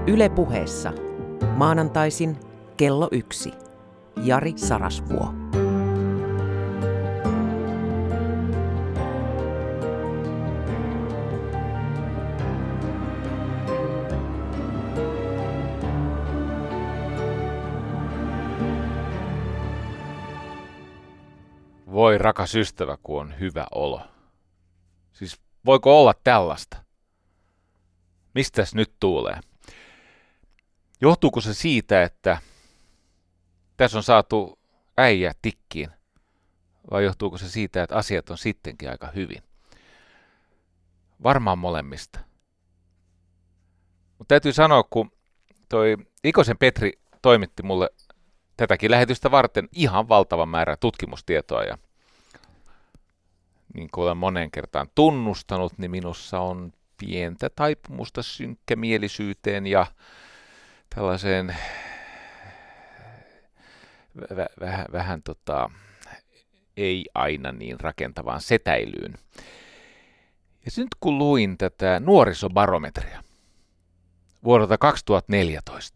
Yle Puheessa. Maanantaisin kello 1. Jari Sarasvuo. Voi rakas ystävä, kun on hyvä olo. Siis voiko olla tällaista? Mistäs nyt tuulee? Johtuuko se siitä, että tässä on saatu äijä tikkiin? Vai johtuuko se siitä, että asiat on sittenkin aika hyvin? Varmaan molemmista. Mutta täytyy sanoa, kun toi Ikosen Petri toimitti mulle tätäkin lähetystä varten ihan valtavan määrän tutkimustietoa, ja niin kuin olen moneen kertaan tunnustanut, niin minussa on pientä taipumusta synkkämielisyyteen ja tällaiseen vähän ei aina niin rakentavaan setäilyyn. Ja nyt kun luin tätä nuorisobarometria vuodelta 2014,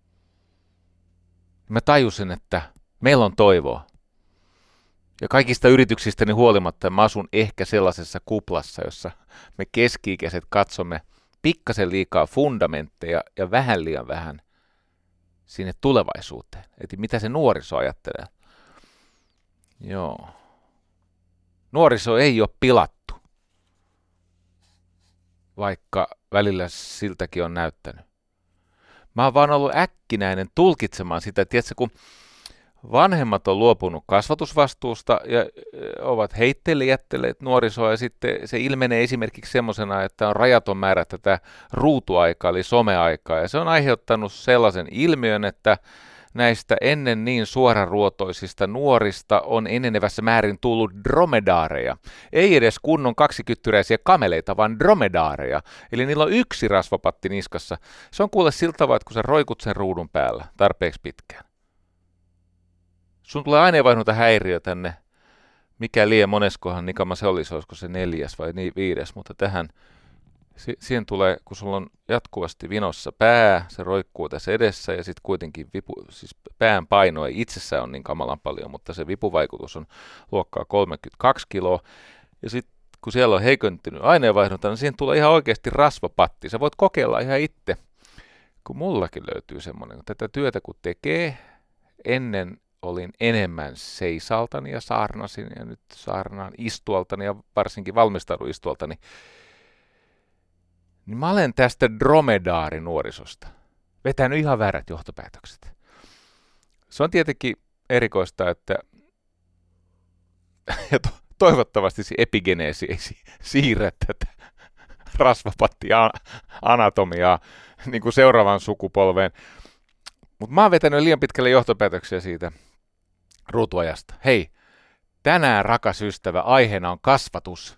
mä tajusin, että meillä on toivoa. Ja kaikista yrityksistäni huolimatta mä asun ehkä sellaisessa kuplassa, jossa me keski-ikäiset katsomme pikkasen liikaa fundamentteja ja vähän liian vähän sinne tulevaisuuteen. Että mitä se nuoriso ajattelee. Joo. Nuoriso ei ole pilattu, vaikka välillä siltäkin on näyttänyt. Mä oon vaan ollut äkkinäinen tulkitsemaan sitä, tiedätkö, kun vanhemmat on luopunut kasvatusvastuusta ja ovat heitteille jättäneet nuorisoa, ja sitten se ilmenee esimerkiksi semmoisena, että on rajaton määrä tätä ruutuaikaa eli someaikaa, ja se on aiheuttanut sellaisen ilmiön, että näistä ennen niin suoraruotoisista nuorista on enenevässä määrin tullut dromedaareja. Ei edes kunnon kaksikyttyräisiä kameleita, vaan dromedaareja. Eli niillä on yksi rasvapatti niskassa. Se on kuule sillä tavalla, että kun sä roikut sen ruudun päällä tarpeeksi pitkään. Sun tulee aineenvaihdunta häiriö tänne. Mikä liian moneskohan nikama se olisi, olisiko se 4. vai 5, mutta tähän. Siihen tulee, kun sulla on jatkuvasti vinossa pää, se roikkuu tässä edessä ja sitten kuitenkin siis pään paino ei itsessään ole niin kamalan paljon, mutta se vipuvaikutus on luokkaa 32 kiloa. Ja sitten kun siellä on heikentynyt aineenvaihdunta, niin siihen tulee ihan oikeasti rasvapatti. Sä voit kokeilla ihan itse, kun mullakin löytyy semmoinen, kun tätä työtä kun tekee, ennen olin enemmän seisaltani ja saarnasin ja nyt saarnaan istualtani ja varsinkin valmistaudun istualtani. Niin mä olen tästä dromedaarinuorisosta vetänyt ihan väärät johtopäätökset. Se on tietenkin erikoista, että ja toivottavasti se epigeneesi ei siirrä tätä rasvapatti-anatomiaa niin kuin seuraavan sukupolveen. Mutta mä oon vetänyt liian pitkälle johtopäätöksiä siitä ruutuajasta. Hei, tänään rakas ystävä, aiheena on kasvatus.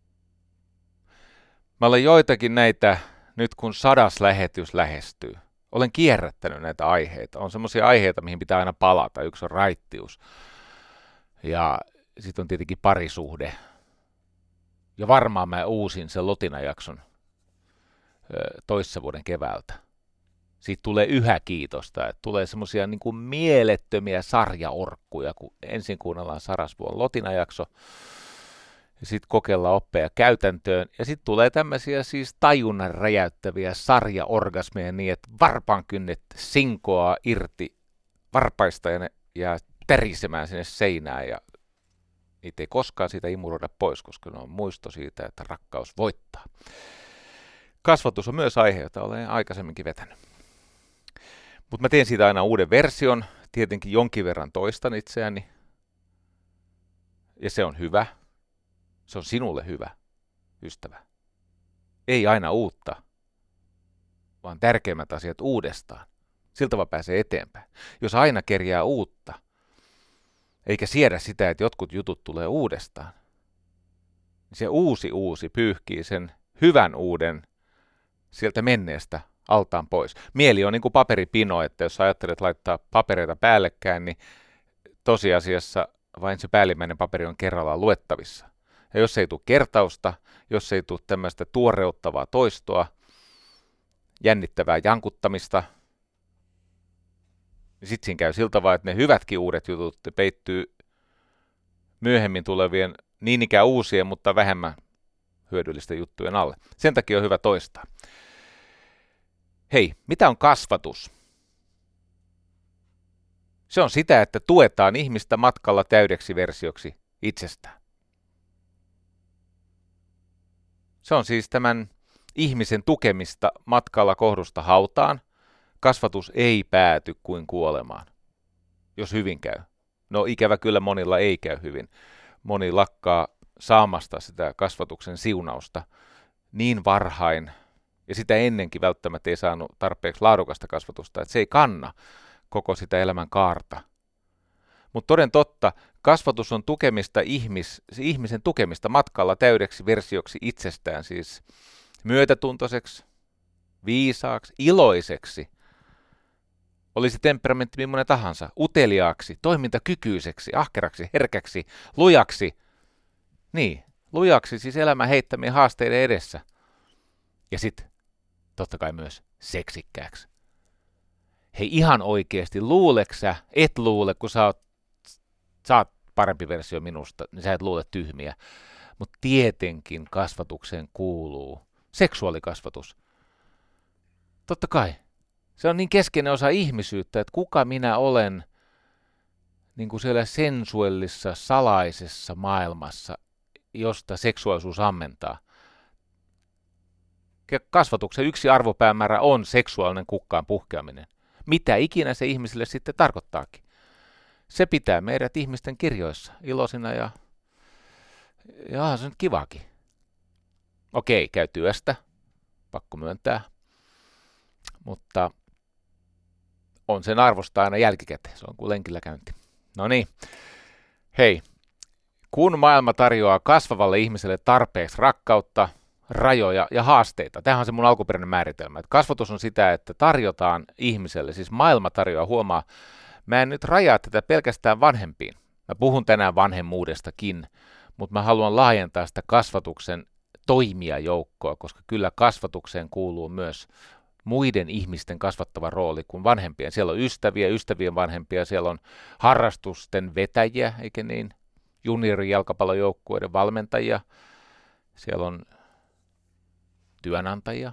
Mä olen joitakin näitä, nyt kun 100. lähetys lähestyy, olen kierrättänyt näitä aiheita. On semmoisia aiheita, mihin pitää aina palata. Yksi on raittius. Ja sitten on tietenkin parisuhde. Ja varmaan mä uusin sen Lotina-jakson toissa vuoden keväältä. Siitä tulee yhä kiitosta. Että tulee semmoisia niin kuin mielettömiä sarjaorkkuja, kun ensin kuunnellaan Sarasvuon Lotina-jakso. Ja sitten kokeillaan oppeja käytäntöön. Ja sitten tulee tämmöisiä siis tajunnan räjäyttäviä sarjaorgasmeja niin, että varpaankynnet sinkoaa irti varpaista ja ne jää tärisemään sinne seinään. Ja niitä ei koskaan siitä imuroida pois, koska ne on muisto siitä, että rakkaus voittaa. Kasvatus on myös aihe, jota olen aikaisemminkin vetänyt. Mutta mä teen siitä aina uuden version. Tietenkin jonkin verran toistan itseäni. Ja se on hyvä. Se on sinulle hyvä, ystävä. Ei aina uutta, vaan tärkeimmät asiat uudestaan. Siltä vaan pääsee eteenpäin. Jos aina kerjää uutta, eikä siedä sitä, että jotkut jutut tulee uudestaan, niin se uusi pyyhkii sen hyvän uuden sieltä menneestä altaan pois. Mieli on niin kuin paperipino, että jos ajattelet laittaa papereita päällekkäin, niin tosiasiassa vain se päällimmäinen paperi on kerrallaan luettavissa. Ja jos ei tule kertausta, jos ei tule tämmöistä tuoreuttavaa toistoa, jännittävää jankuttamista. Sitten siinä käy siltä vaan, että ne hyvätkin uudet jutut peittyy myöhemmin tulevien niin ikään uusien, mutta vähemmän hyödyllisten juttujen alle. Sen takia on hyvä toistaa. Hei, mitä on kasvatus? Se on sitä, että tuetaan ihmistä matkalla täydeksi versioksi itsestään. Se on siis tämän ihmisen tukemista matkalla kohdusta hautaan. Kasvatus ei pääty kuin kuolemaan, jos hyvin käy. No ikävä kyllä monilla ei käy hyvin. Moni lakkaa saamasta sitä kasvatuksen siunausta niin varhain, ja sitä ennenkin välttämättä ei saanut tarpeeksi laadukasta kasvatusta, että se ei kanna koko sitä elämän kaarta. Mutta toden totta, kasvatus on tukemista ihmisen tukemista matkalla täydeksi versioksi itsestään, siis myötätuntoiseksi, viisaaksi, iloiseksi. Olisi temperamentti millainen tahansa, uteliaaksi, toimintakykyiseksi, ahkeraksi, herkäksi, lujaksi. Niin, lujaksi siis elämän heittämien haasteiden edessä. Ja sitten totta kai myös seksikkääksi. Hei ihan oikeasti, luuleksä, et luule, kun sä oot parempi versio minusta, niin sä et luule tyhmiä. Mutta tietenkin kasvatukseen kuuluu seksuaalikasvatus. Totta kai. Se on niin keskeinen osa ihmisyyttä, että kuka minä olen niin kuin siellä sensuellisessa, salaisessa maailmassa, josta seksuaalisuus ammentaa. Kasvatuksen yksi arvopäämäärä on seksuaalinen kukkaan puhkeaminen. Mitä ikinä se ihmisille sitten tarkoittaakin. Se pitää meidät ihmisten kirjoissa iloisina ja se on kivaakin. Okei, käy työstä, pakko myöntää, mutta on sen arvosta aina jälkikäteen. Se on kuin lenkillä käynti. No niin, hei, kun maailma tarjoaa kasvavalle ihmiselle tarpeeksi rakkautta, rajoja ja haasteita. Tämähän on se mun alkuperäinen määritelmä. Että kasvatus on sitä, että tarjotaan ihmiselle, siis maailma tarjoaa, huomaa, mä en nyt rajaa tätä pelkästään vanhempiin. Mä puhun tänään vanhemmuudestakin, mutta mä haluan laajentaa sitä kasvatuksen toimijajoukkoa, koska kyllä kasvatukseen kuuluu myös muiden ihmisten kasvattava rooli kuin vanhempien. Siellä on ystäviä, ystävien vanhempia, siellä on harrastusten vetäjiä, eikä niin, juniorijalkapallojoukkueiden valmentajia, siellä on työnantajia.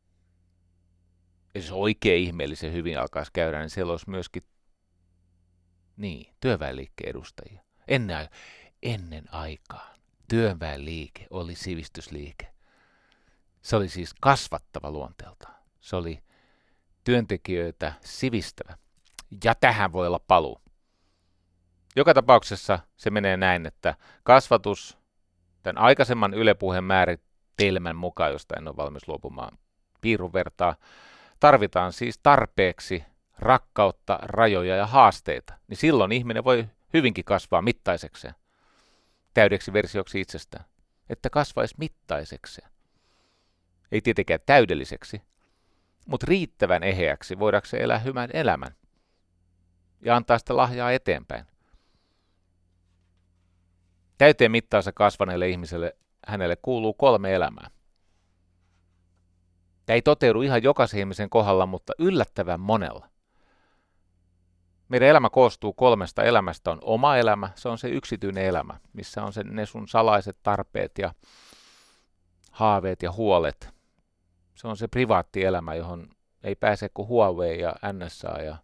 Ja jos oikein ihmeellisen hyvin alkaisi käydä, niin siellä olisi myöskin työväenliikkeen edustajia. Ennen aikaan työväenliike oli sivistysliike. Se oli siis kasvattava luonteeltaan. Se oli työntekijöitä sivistävä. Ja tähän voi olla paluu. Joka tapauksessa se menee näin, että kasvatus tämän aikaisemman Yle Puheen määritelmän mukaan, josta en ole valmis luopumaan piirun vertaa, tarvitaan siis tarpeeksi rakkautta, rajoja ja haasteita. Niin silloin ihminen voi hyvinkin kasvaa mittaisekseen, täydeksi versioksi itsestään. Että kasvaisi mittaisekseen. Ei tietenkään täydelliseksi, mutta riittävän eheäksi voidakseen elää hyvän elämän ja antaa sitä lahjaa eteenpäin. Täyteen mittaansa kasvaneelle ihmiselle hänelle kuuluu 3 elämää. Tämä ei toteudu ihan jokaisen ihmisen kohdalla, mutta yllättävän monella. Meidän elämä koostuu 3 elämästä. On oma elämä, se on se yksityinen elämä, missä on ne sun salaiset tarpeet ja haaveet ja huolet. Se on se privaatti elämä, johon ei pääse kuin Huawei ja NSA ja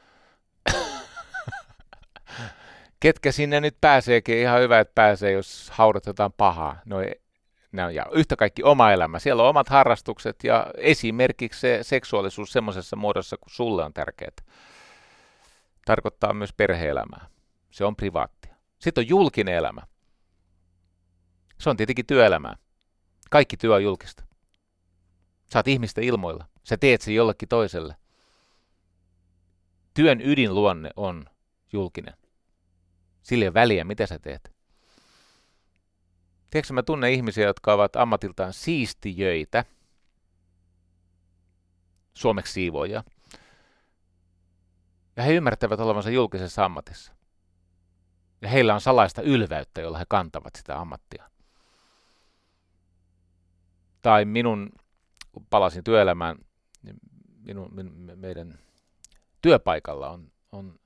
ketkä sinne nyt pääseekin, ihan hyvä, että pääsee, jos haudatetaan pahaa. Ja yhtä kaikki oma elämä. Siellä on omat harrastukset ja esimerkiksi se seksuaalisuus semmoisessa muodossa, kun sulle on tärkeää. Tarkoittaa myös perhe-elämää. Se on privaattia. Sitten on julkinen elämä. Se on tietenkin työelämää. Kaikki työ on julkista. Sä oot ihmisten ilmoilla. Sä teet sen jollekin toiselle. Työn ydinluonne on julkinen. Sillä ei ole väliä, mitä sä teet. Tiedätkö, mä tunnen ihmisiä, jotka ovat ammatiltaan siistijöitä, suomeksi siivoojia, ja he ymmärtävät olevansa julkisessa ammatissa. Ja heillä on salaista ylväyttä, jolla he kantavat sitä ammattia. Tai kun palasin työelämään, niin meidän työpaikalla on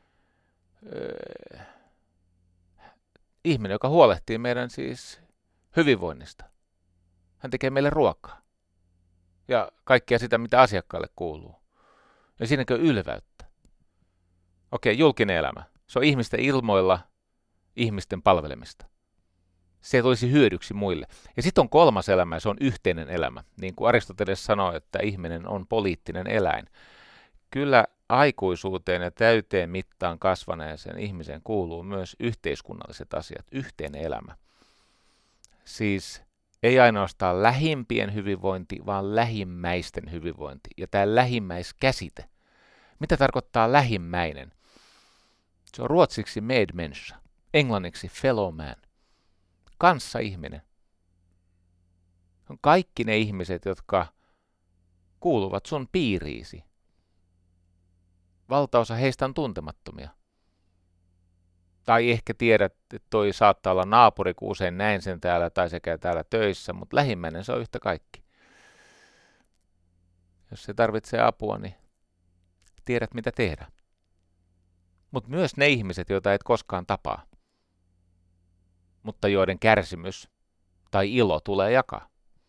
ihminen, joka huolehtii meidän siis hyvinvoinnista. Hän tekee meille ruokaa ja kaikkea sitä, mitä asiakkaalle kuuluu. Ja siinäkö ylväyttä? Okei, julkinen elämä. Se on ihmisten ilmoilla, ihmisten palvelemista. Se tulisi hyödyksi muille. Ja sitten on kolmas elämä, ja se on yhteinen elämä. Niin kuin Aristoteles sanoi, että ihminen on poliittinen eläin. Kyllä aikuisuuteen ja täyteen mittaan kasvaneeseen ihmiseen kuuluu myös yhteiskunnalliset asiat, yhteinen elämä. Siis ei ainoastaan lähimpien hyvinvointi, vaan lähimmäisten hyvinvointi. Ja tämä lähimmäiskäsite. Mitä tarkoittaa lähimmäinen? Se on ruotsiksi medmänniska, englanniksi fellow man. Kanssaihminen. On kaikki ne ihmiset, jotka kuuluvat sun piiriisi. Valtaosa heistä on tuntemattomia. Tai ehkä tiedät, että toi saattaa olla naapuri, kun usein näin sen täällä tai se käy täällä töissä, mutta lähimmäinen se on yhtä kaikki. Jos se tarvitsee apua, niin tiedät mitä tehdä. Mutta myös ne ihmiset, joita et koskaan tapaa, mutta joiden kärsimys tai ilo tulee jakaa.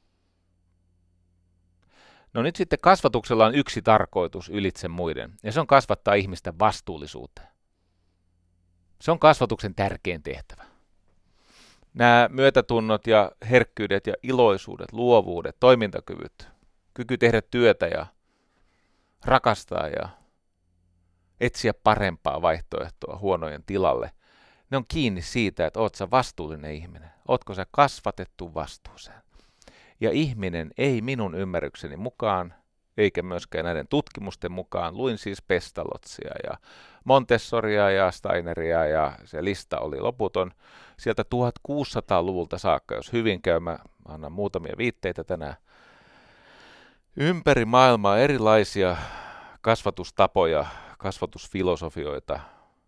No nyt sitten kasvatuksella on yksi tarkoitus ylitse muiden, ja se on kasvattaa ihmistä vastuullisuuteen. Se on kasvatuksen tärkein tehtävä. Nämä myötätunnot ja herkkyydet ja iloisuudet, luovuudet, toimintakyvyt, kyky tehdä työtä ja rakastaa ja etsiä parempaa vaihtoehtoa huonojen tilalle, ne on kiinni siitä, että oot sä vastuullinen ihminen. Ootko sä kasvatettu vastuuseen? Ja ihminen ei minun ymmärrykseni mukaan, eikä myöskään näiden tutkimusten mukaan, luin siis Pestalozia ja Montessoria ja Steineria ja se lista oli loputon. Sieltä 1600-luvulta saakka, jos hyvin käy, mä annan muutamia viitteitä tänään. Ympäri maailmaa erilaisia kasvatustapoja, kasvatusfilosofioita.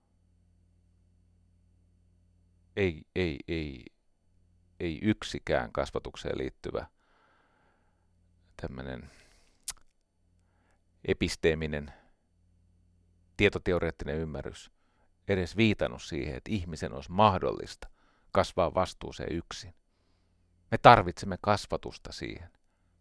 Ei yksikään kasvatukseen liittyvä tämmöinen episteeminen, tietoteoreettinen ymmärrys edes viitannut siihen, että ihmisen olisi mahdollista kasvaa vastuuseen yksin. Me tarvitsemme kasvatusta siihen.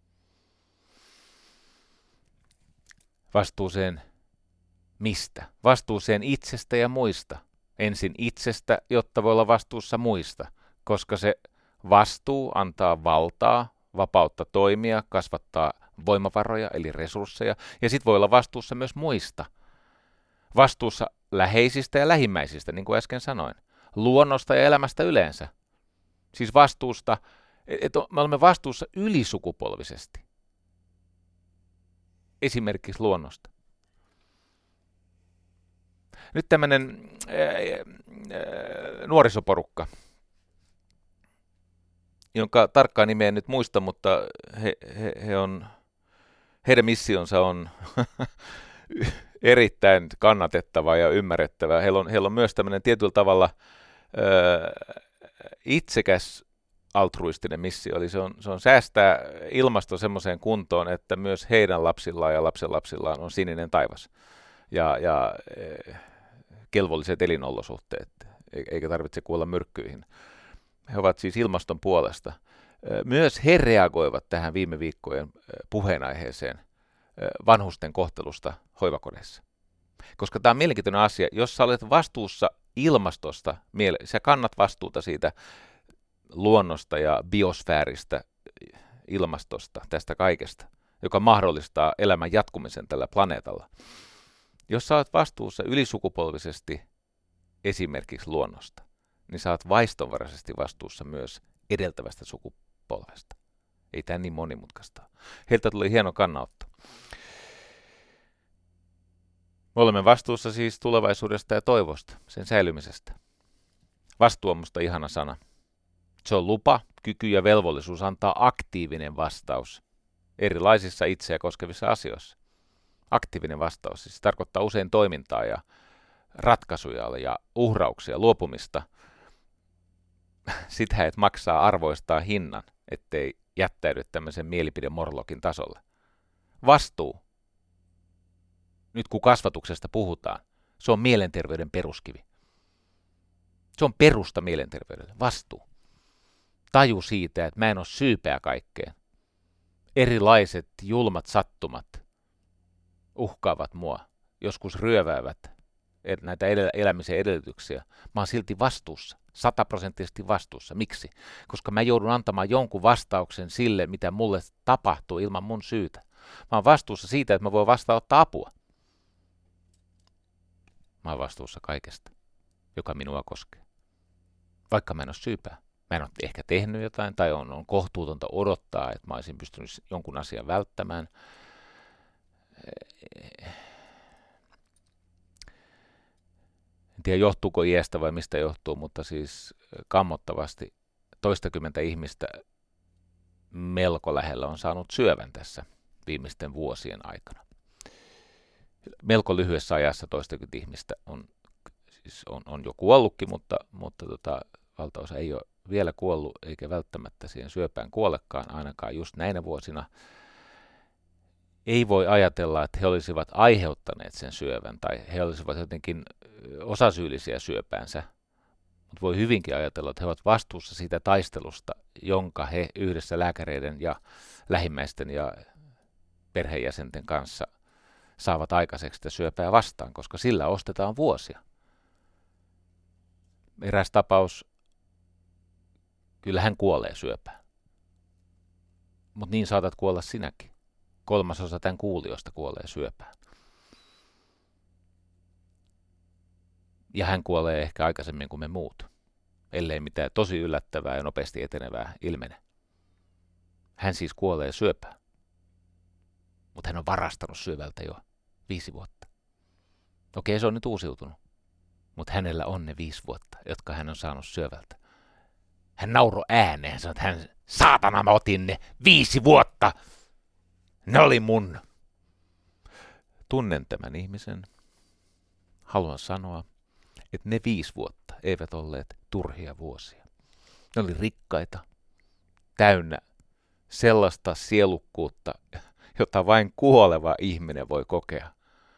Vastuuseen mistä? Vastuuseen itsestä ja muista. Ensin itsestä, jotta voi olla vastuussa muista, koska se vastuu antaa valtaa, vapautta toimia, kasvattaa voimavaroja eli resursseja, ja sitten voi olla vastuussa myös muista. Vastuussa läheisistä ja lähimmäisistä, niin kuin äsken sanoin. Luonnosta ja elämästä yleensä. Siis vastuusta, että me olemme vastuussa ylisukupolvisesti. Esimerkiksi luonnosta. Nyt tämmöinen nuorisoporukka, jonka tarkkaa nimeä en nyt muista, mutta heidän missionsa on erittäin kannatettava ja ymmärrettävä. Heillä on myös tämmöinen tietyllä tavalla itsekäs altruistinen missio, eli se on säästää ilmasto semmoiseen kuntoon, että myös heidän lapsillaan ja lapsenlapsillaan on sininen taivas ja kelvolliset elinolosuhteet, eikä tarvitse kuolla myrkkyihin. He ovat siis ilmaston puolesta. Myös he reagoivat tähän viime viikkojen puheenaiheeseen vanhusten kohtelusta hoivakodeissa. Koska tämä on mielenkiintoinen asia. Jos sä olet vastuussa ilmastosta, sä kannat vastuuta siitä luonnosta ja biosfääristä ilmastosta, tästä kaikesta, joka mahdollistaa elämän jatkumisen tällä planeetalla. Jos sä olet vastuussa ylisukupolvisesti esimerkiksi luonnosta, niin sä oot vaistonvaraisesti vastuussa myös edeltävästä sukupolvesta. Ei tämä niin monimutkaista. Heiltä tuli hieno kannanotto. Me olemme vastuussa siis tulevaisuudesta ja toivosta, sen säilymisestä. Vastuu on musta ihana sana. Se on lupa, kyky ja velvollisuus antaa aktiivinen vastaus erilaisissa itseä koskevissa asioissa. Aktiivinen vastaus siis tarkoittaa usein toimintaa ja ratkaisuja ja uhrauksia, luopumista. Sitä, että maksaa arvoistaa hinnan, ettei jättäydy tämmöisen mielipidemorlokin tasolle. Vastuu nyt kun kasvatuksesta puhutaan, se on mielenterveyden peruskivi. Se on perusta mielenterveydelle, vastuu. Taju siitä, että mä en ole syypää kaikkeen. Erilaiset julmat sattumat uhkaavat mua, joskus ryöväävät näitä elämisen edellytyksiä. Mä oon silti vastuussa, 100% vastuussa. Miksi? Koska mä joudun antamaan jonkun vastauksen sille, mitä mulle tapahtuu ilman mun syytä. Mä oon vastuussa siitä, että mä voin vastaanottaa apua. Mä oon vastuussa kaikesta, joka minua koskee. Vaikka mä en ole syypää. Mä en ole ehkä tehnyt jotain tai on kohtuutonta odottaa, että mä olisin pystynyt jonkun asian välttämään. En tiedä johtuuko iästä vai mistä johtuu, mutta siis kammottavasti toistakymmentä ihmistä melko lähellä on saanut syövän tässä viimeisten vuosien aikana. Melko lyhyessä ajassa toistakymmentä ihmistä on jo kuollutkin, mutta valtaosa ei ole vielä kuollut eikä välttämättä siihen syöpään kuollekaan ainakaan just näinä vuosina. Ei voi ajatella, että he olisivat aiheuttaneet sen syövän tai he olisivat jotenkin osasyyllisiä syöpäänsä, mutta voi hyvinkin ajatella, että he ovat vastuussa siitä taistelusta, jonka he yhdessä lääkäreiden ja lähimmäisten ja perheenjäsenten kanssa saavat aikaiseksi sitä syöpää vastaan, koska sillä ostetaan vuosia. Eräs tapaus, kyllä hän kuolee syöpään, mutta niin saatat kuolla sinäkin. 3/3 tämän kuulijoista kuolee syöpään. Ja hän kuolee ehkä aikaisemmin kuin me muut, ellei mitään tosi yllättävää ja nopeasti etenevää ilmene. Hän siis kuolee syöpään, mutta hän on varastanut syövältä jo 5 vuotta. Okei, se on nyt uusiutunut, mutta hänellä on ne 5 vuotta, jotka hän on saanut syövältä. Hän nauroi ääneen ja sanoi, että saatana mä otin ne 5 vuotta! Ne oli mun. Tunnen tämän ihmisen. Haluan sanoa, että ne 5 vuotta eivät olleet turhia vuosia. Ne oli rikkaita, täynnä sellaista sielukkuutta, jota vain kuoleva ihminen voi kokea.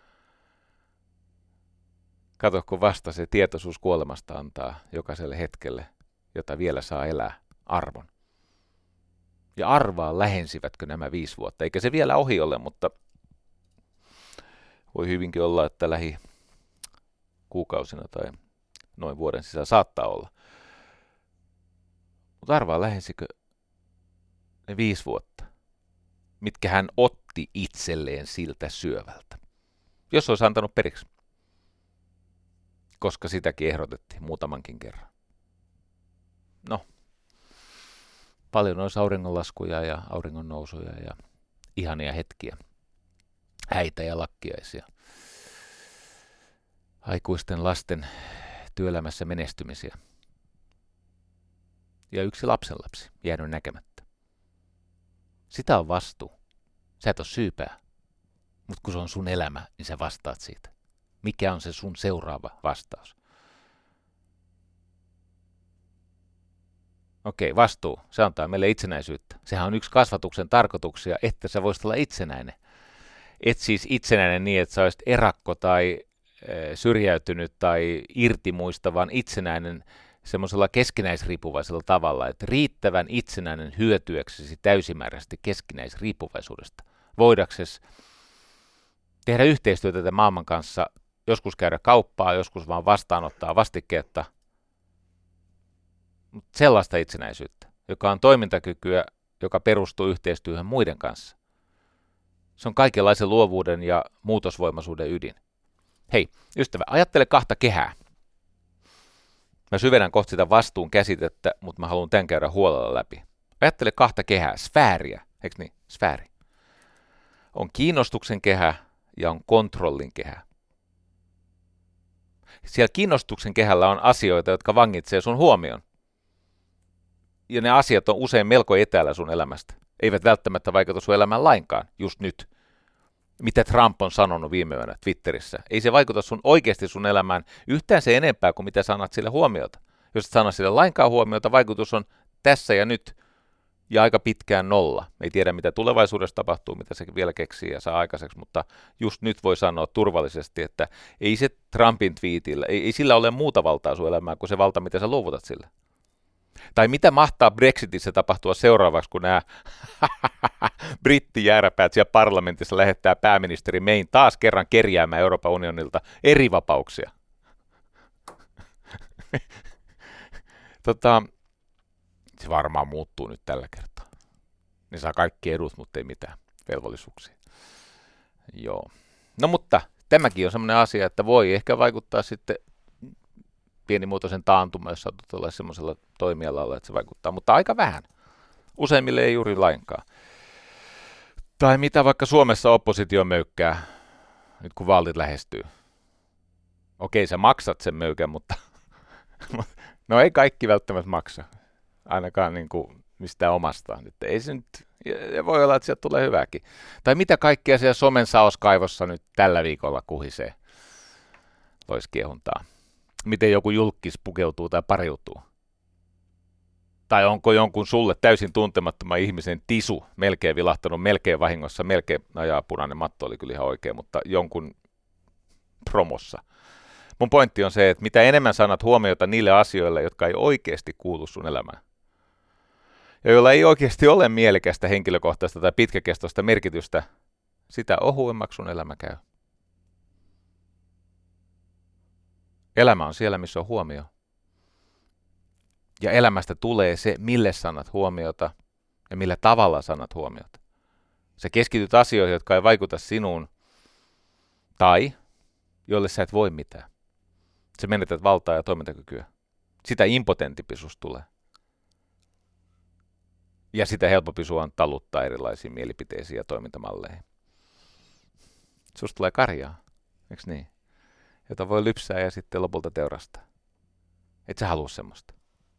Kato, kun vasta se tietoisuus kuolemasta antaa jokaiselle hetkelle, jota vielä saa elää, arvon. Ja arvaa, lähensivätkö nämä 5 vuotta. Eikä se vielä ohi ole, mutta voi hyvinkin olla, että lähi kuukausina tai noin vuoden sisällä saattaa olla. Mutta arvaa, lähensikö ne 5 vuotta, mitkä hän otti itselleen siltä syövältä. Jos olisi antanut periksi, koska sitäkin ehdotettiin muutamankin kerran. No. Paljon olisi auringonlaskuja ja auringonnousuja ja ihania hetkiä, häitä ja lakkiaisia, aikuisten lasten työelämässä menestymisiä ja yksi lapsenlapsi jäänyt näkemättä. Sitä on vastuu. Sä et ole syypää, mutta kun se on sun elämä, niin sä vastaat siitä. Mikä on se sun seuraava vastaus? Okei, vastuu. Se antaa meille itsenäisyyttä. Sehän on yksi kasvatuksen tarkoituksia, että sä voisit olla itsenäinen. Et siis itsenäinen niin, että sä olisit erakko tai syrjäytynyt tai irti muista, vaan itsenäinen semmoisella keskinäisriippuvaisella tavalla, että riittävän itsenäinen hyötyäksesi täysimääräisesti keskinäisriippuvaisuudesta. Voidaksesi tehdä yhteistyötä tämän maailman kanssa, joskus käydä kauppaa, joskus vaan vastaanottaa vastikkeetta. Sellaista itsenäisyyttä, joka on toimintakykyä, joka perustuu yhteistyöhön muiden kanssa. Se on kaikenlaisen luovuuden ja muutosvoimaisuuden ydin. Hei, ystävä, ajattele 2 kehää. Mä syvennän kohta sitä vastuun käsitettä, mutta mä haluan tämän käydä huolella läpi. Ajattele 2 kehää, sfääriä, eikö niin? Sfääri. On kiinnostuksen kehä ja on kontrollin kehä. Siellä kiinnostuksen kehällä on asioita, jotka vangitsee sun huomion. Ja ne asiat on usein melko etäällä sun elämästä. Eivät välttämättä vaikuta sun elämään lainkaan, just nyt. Mitä Trump on sanonut viime yönä Twitterissä. Ei se vaikuta oikeasti sun elämään yhtään se enempää kuin mitä sä annat sille huomiota. Jos et sano sille lainkaan huomiota, vaikutus on tässä ja nyt ja aika pitkään nolla. Ei tiedä, mitä tulevaisuudessa tapahtuu, mitä se vielä keksii ja saa aikaiseksi, mutta just nyt voi sanoa turvallisesti, että ei se Trumpin twiitillä, ei sillä ole muuta valtaa sun elämään kuin se valta, mitä sä luovutat sille. Tai mitä mahtaa Brexitissä tapahtua seuraavaksi, kun nämä brittijääräpäät siellä parlamentissa lähettää pääministeri Mayn taas kerran kerjäämään Euroopan unionilta eri vapauksia. Se varmaan muuttuu nyt tällä kertaa. Ne saa kaikki edut, mutta ei mitään velvollisuuksia. Joo. No mutta tämäkin on sellainen asia, että voi ehkä vaikuttaa sitten pienimuotoisen taantuma, jos satut olla semmoisella toimialalla, että se vaikuttaa, mutta aika vähän. Useimmille ei juuri lainkaan. Tai mitä vaikka Suomessa oppositio möykkää, nyt kun vaalit lähestyy. Okei, sä maksat sen möykän, mutta no ei kaikki välttämättä maksa. Ainakaan niin kuin mistään omastaan. Että ei se nyt, ja voi olla, että sieltä tulee hyvääkin. Tai mitä kaikkea siellä somen saoskaivossa nyt tällä viikolla kuhisee loiskiehuntaa. Miten joku julkkis pukeutuu tai pariutuu. Tai onko jonkun sulle täysin tuntemattoman ihmisen tisu melkein vilahtanut, melkein vahingossa, melkein, punainen matto oli kyllä ihan oikein, mutta jonkun promossa. Mun pointti on se, että mitä enemmän sanat huomiota niille asioille, jotka ei oikeasti kuulu sun elämään, ja joilla ei oikeasti ole mielekästä henkilökohtaista tai pitkäkestoista merkitystä, sitä ohuemmaksi sun elämä käy. Elämä on siellä, missä on huomio. Ja elämästä tulee se, mille sanat huomiota ja millä tavalla sanat huomiota. Sä keskityt asioihin, jotka ei vaikuta sinuun tai joille sä et voi mitään. Sä menetät valtaa ja toimintakykyä. Sitä impotenttimpi susta tulee. Ja sitä helpompi sua on taluttaa erilaisiin mielipiteisiin ja toimintamalleihin. Susta tulee karjaa, eikö niin? Jota voi lypsää ja sitten lopulta teurastaa. Et sä halua semmoista.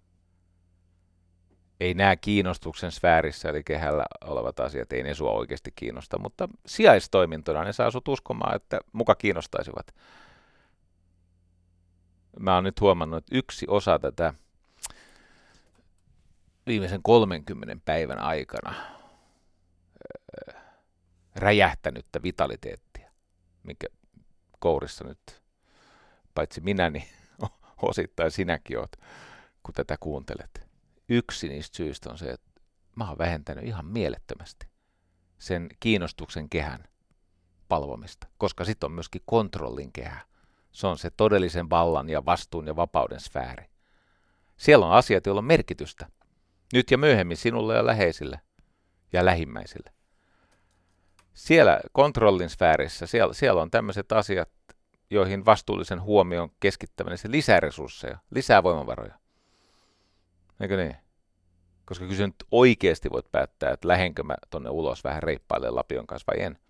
Ei nämä kiinnostuksen sfäärissä, eli kehällä olevat asiat, ei ne sua oikeasti kiinnosta, mutta sijaistoimintona ne saa sut uskomaan, että muka kiinnostaisivat. Mä oon nyt huomannut, että yksi osa tätä viimeisen 30 päivän aikana räjähtänyttä vitaliteettia, mikä kourissa nyt, paitsi minä, niin osittain sinäkin oot, kun tätä kuuntelet. Yksi niistä syistä on se, että mä oon vähentänyt ihan mielettömästi sen kiinnostuksen kehän palvomista, koska sitten on myöskin kontrollin kehä. Se on se todellisen vallan ja vastuun ja vapauden sfääri. Siellä on asiat, joilla on merkitystä. Nyt ja myöhemmin sinulle ja läheisille ja lähimmäisille. Siellä kontrollin sfäärissä, siellä on tämmöiset asiat, joihin vastuullisen huomion keskittäminen, se lisää resursseja, lisää voimavaroja. Eikö niin? Koska kyllä nyt oikeasti voit päättää, että lähdenkö mä tonne ulos vähän reippailemaan lapion kanssa vai en.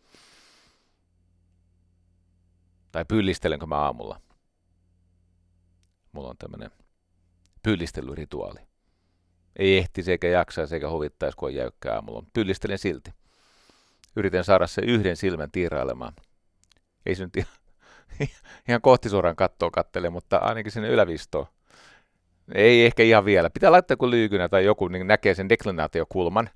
Tai pyllistelenkö mä aamulla. Mulla on tämmöinen pyllistelyrituaali. Ei ehtisi eikä jaksaisi eikä huvittaisi, kun on jäykkää aamulla. Pyllistelen silti. Yritän saada se yhden silmän tiirailemaan. Ei se nyt ihan kohtisuoraan kattelee, mutta ainakin sinne ylävistoon. Ei ehkä ihan vielä. Pitää laittaa joku lyykynä tai joku, niin näkee sen deklinaatiokulman.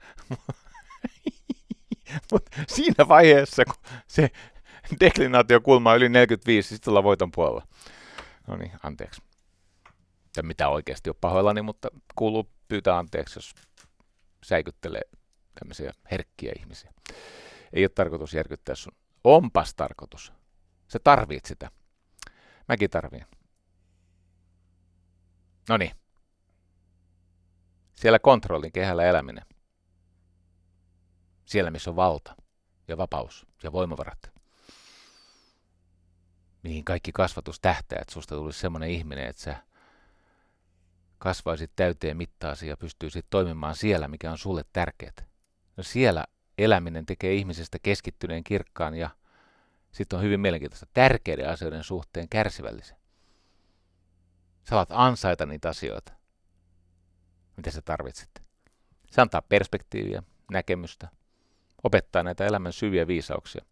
Mutta siinä vaiheessa, kun se deklinaatiokulma on yli 45, sitten ollaan voiton puolella. No niin, anteeksi. Ja mitä oikeasti ole pahoillani, mutta kuuluu pyytää anteeksi, jos säikyttelee tämmöisiä herkkiä ihmisiä. Ei ole tarkoitus järkyttää sun. Onpas tarkoitus. Sä tarvit sitä. Mäkin tarviin. No niin. Siellä kontrollin kehällä eläminen. Siellä, missä on valta ja vapaus ja voimavarat. Mihin kaikki kasvatus tähtää, että susta tulisi semmoinen ihminen, että sä kasvaisit täyteen mittaasi ja pystyisit toimimaan siellä, mikä on sulle tärkeää. No siellä eläminen tekee ihmisestä keskittyneen, kirkkaan ja sitten on hyvin mielenkiintoista tärkeiden asioiden suhteen kärsivällisen. Sä alat ansaita niitä asioita, mitä sä tarvitset. Se antaa perspektiiviä, näkemystä, opettaa näitä elämän syviä viisauksia.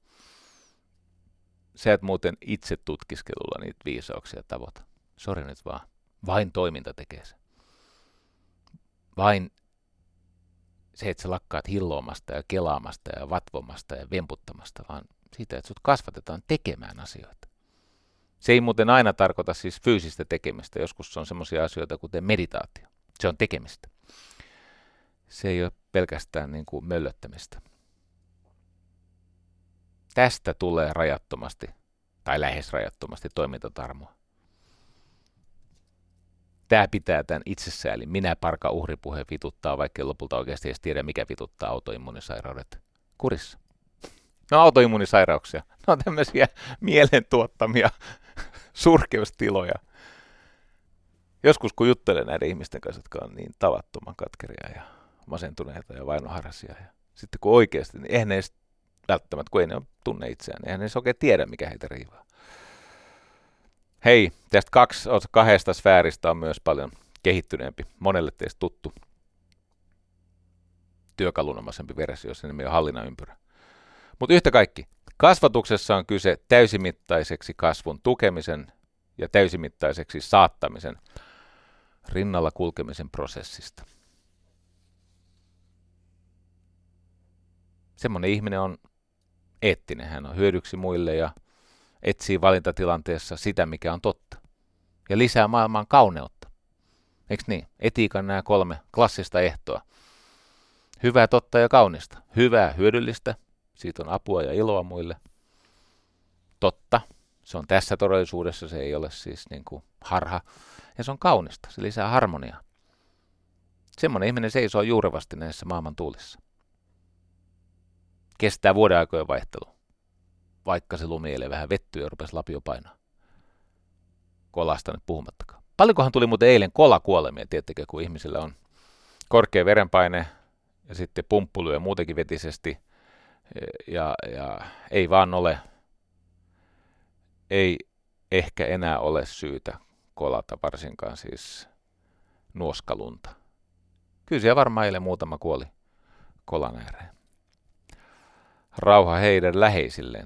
Sä et muuten itse tutkiskelulla niitä viisauksia tavoita. Sori nyt vaan. Vain toiminta tekee se. Vain se, että sä lakkaat hilloamasta ja kelaamasta ja vatvomasta ja vemputtamasta, vaan siitä, että sut kasvatetaan tekemään asioita. Se ei muuten aina tarkoita siis fyysistä tekemistä. Joskus se on semmoisia asioita kuten meditaatio. Se on tekemistä. Se ei ole pelkästään niin kuin möllöttämistä. Tästä tulee rajattomasti tai lähes rajattomasti toimintatarmoa. Tämä pitää tämän itsesäälin. Minä parka uhripuhe vituttaa, vaikka lopulta oikeasti edes tiedä, mikä vituttaa autoimmunisairaudet kurissa. No autoimmunisairauksia. Ne on tämmöisiä mielen tuottamia surkeustiloja. Joskus kun juttelen näiden ihmisten kanssa, jotka on niin tavattoman katkeria ja masentuneita ja vainoharhaisia. Ja sitten kun oikeasti, niin eihän ne edes välttämättä, kun ei ne tunne itseään, niin eihän ne edes oikein tiedä, mikä heitä riivaa. Hei, tästä kahdesta sfääristä on myös paljon kehittyneempi, monelle teistä tuttu työkalunomaisempi versio, se nimi on hallinnan-ympyrä. Mutta yhtä kaikki, kasvatuksessa on kyse täysimittaiseksi kasvun tukemisen ja täysimittaiseksi saattamisen rinnalla kulkemisen prosessista. Semmoinen ihminen on eettinen, hän on hyödyksi muille ja etsii valintatilanteessa sitä, mikä on totta. Ja lisää maailmaan kauneutta. Eikö niin? Etiikan nämä 3 klassista ehtoa. Hyvää, totta ja kaunista. Hyvää, hyödyllistä. Siitä on apua ja iloa muille. Totta. Se on tässä todellisuudessa. Se ei ole siis niin kuin harha. Ja se on kaunista. Se lisää harmoniaa. Semmoinen ihminen seisoo juurevasti näissä maailman tuulissa. Kestää vuodenaikojen vaihtelua. Vaikka se lumi eilen vähän vettyy ja rupesi lapio painaa. Kolasta nyt puhumattakaan. Paljonkohan tuli muuten eilen kolakuolemia, tiedättekö, kun ihmisillä on korkea verenpaine ja sitten pumppu lyö muutenkin vetisesti ja ei vaan ole, ei ehkä enää ole syytä kolata, varsinkaan siis nuoskalunta. Kyllä siellä varmaan eilen muutama kuoli kolan ääreen. Rauha heidän läheisilleen.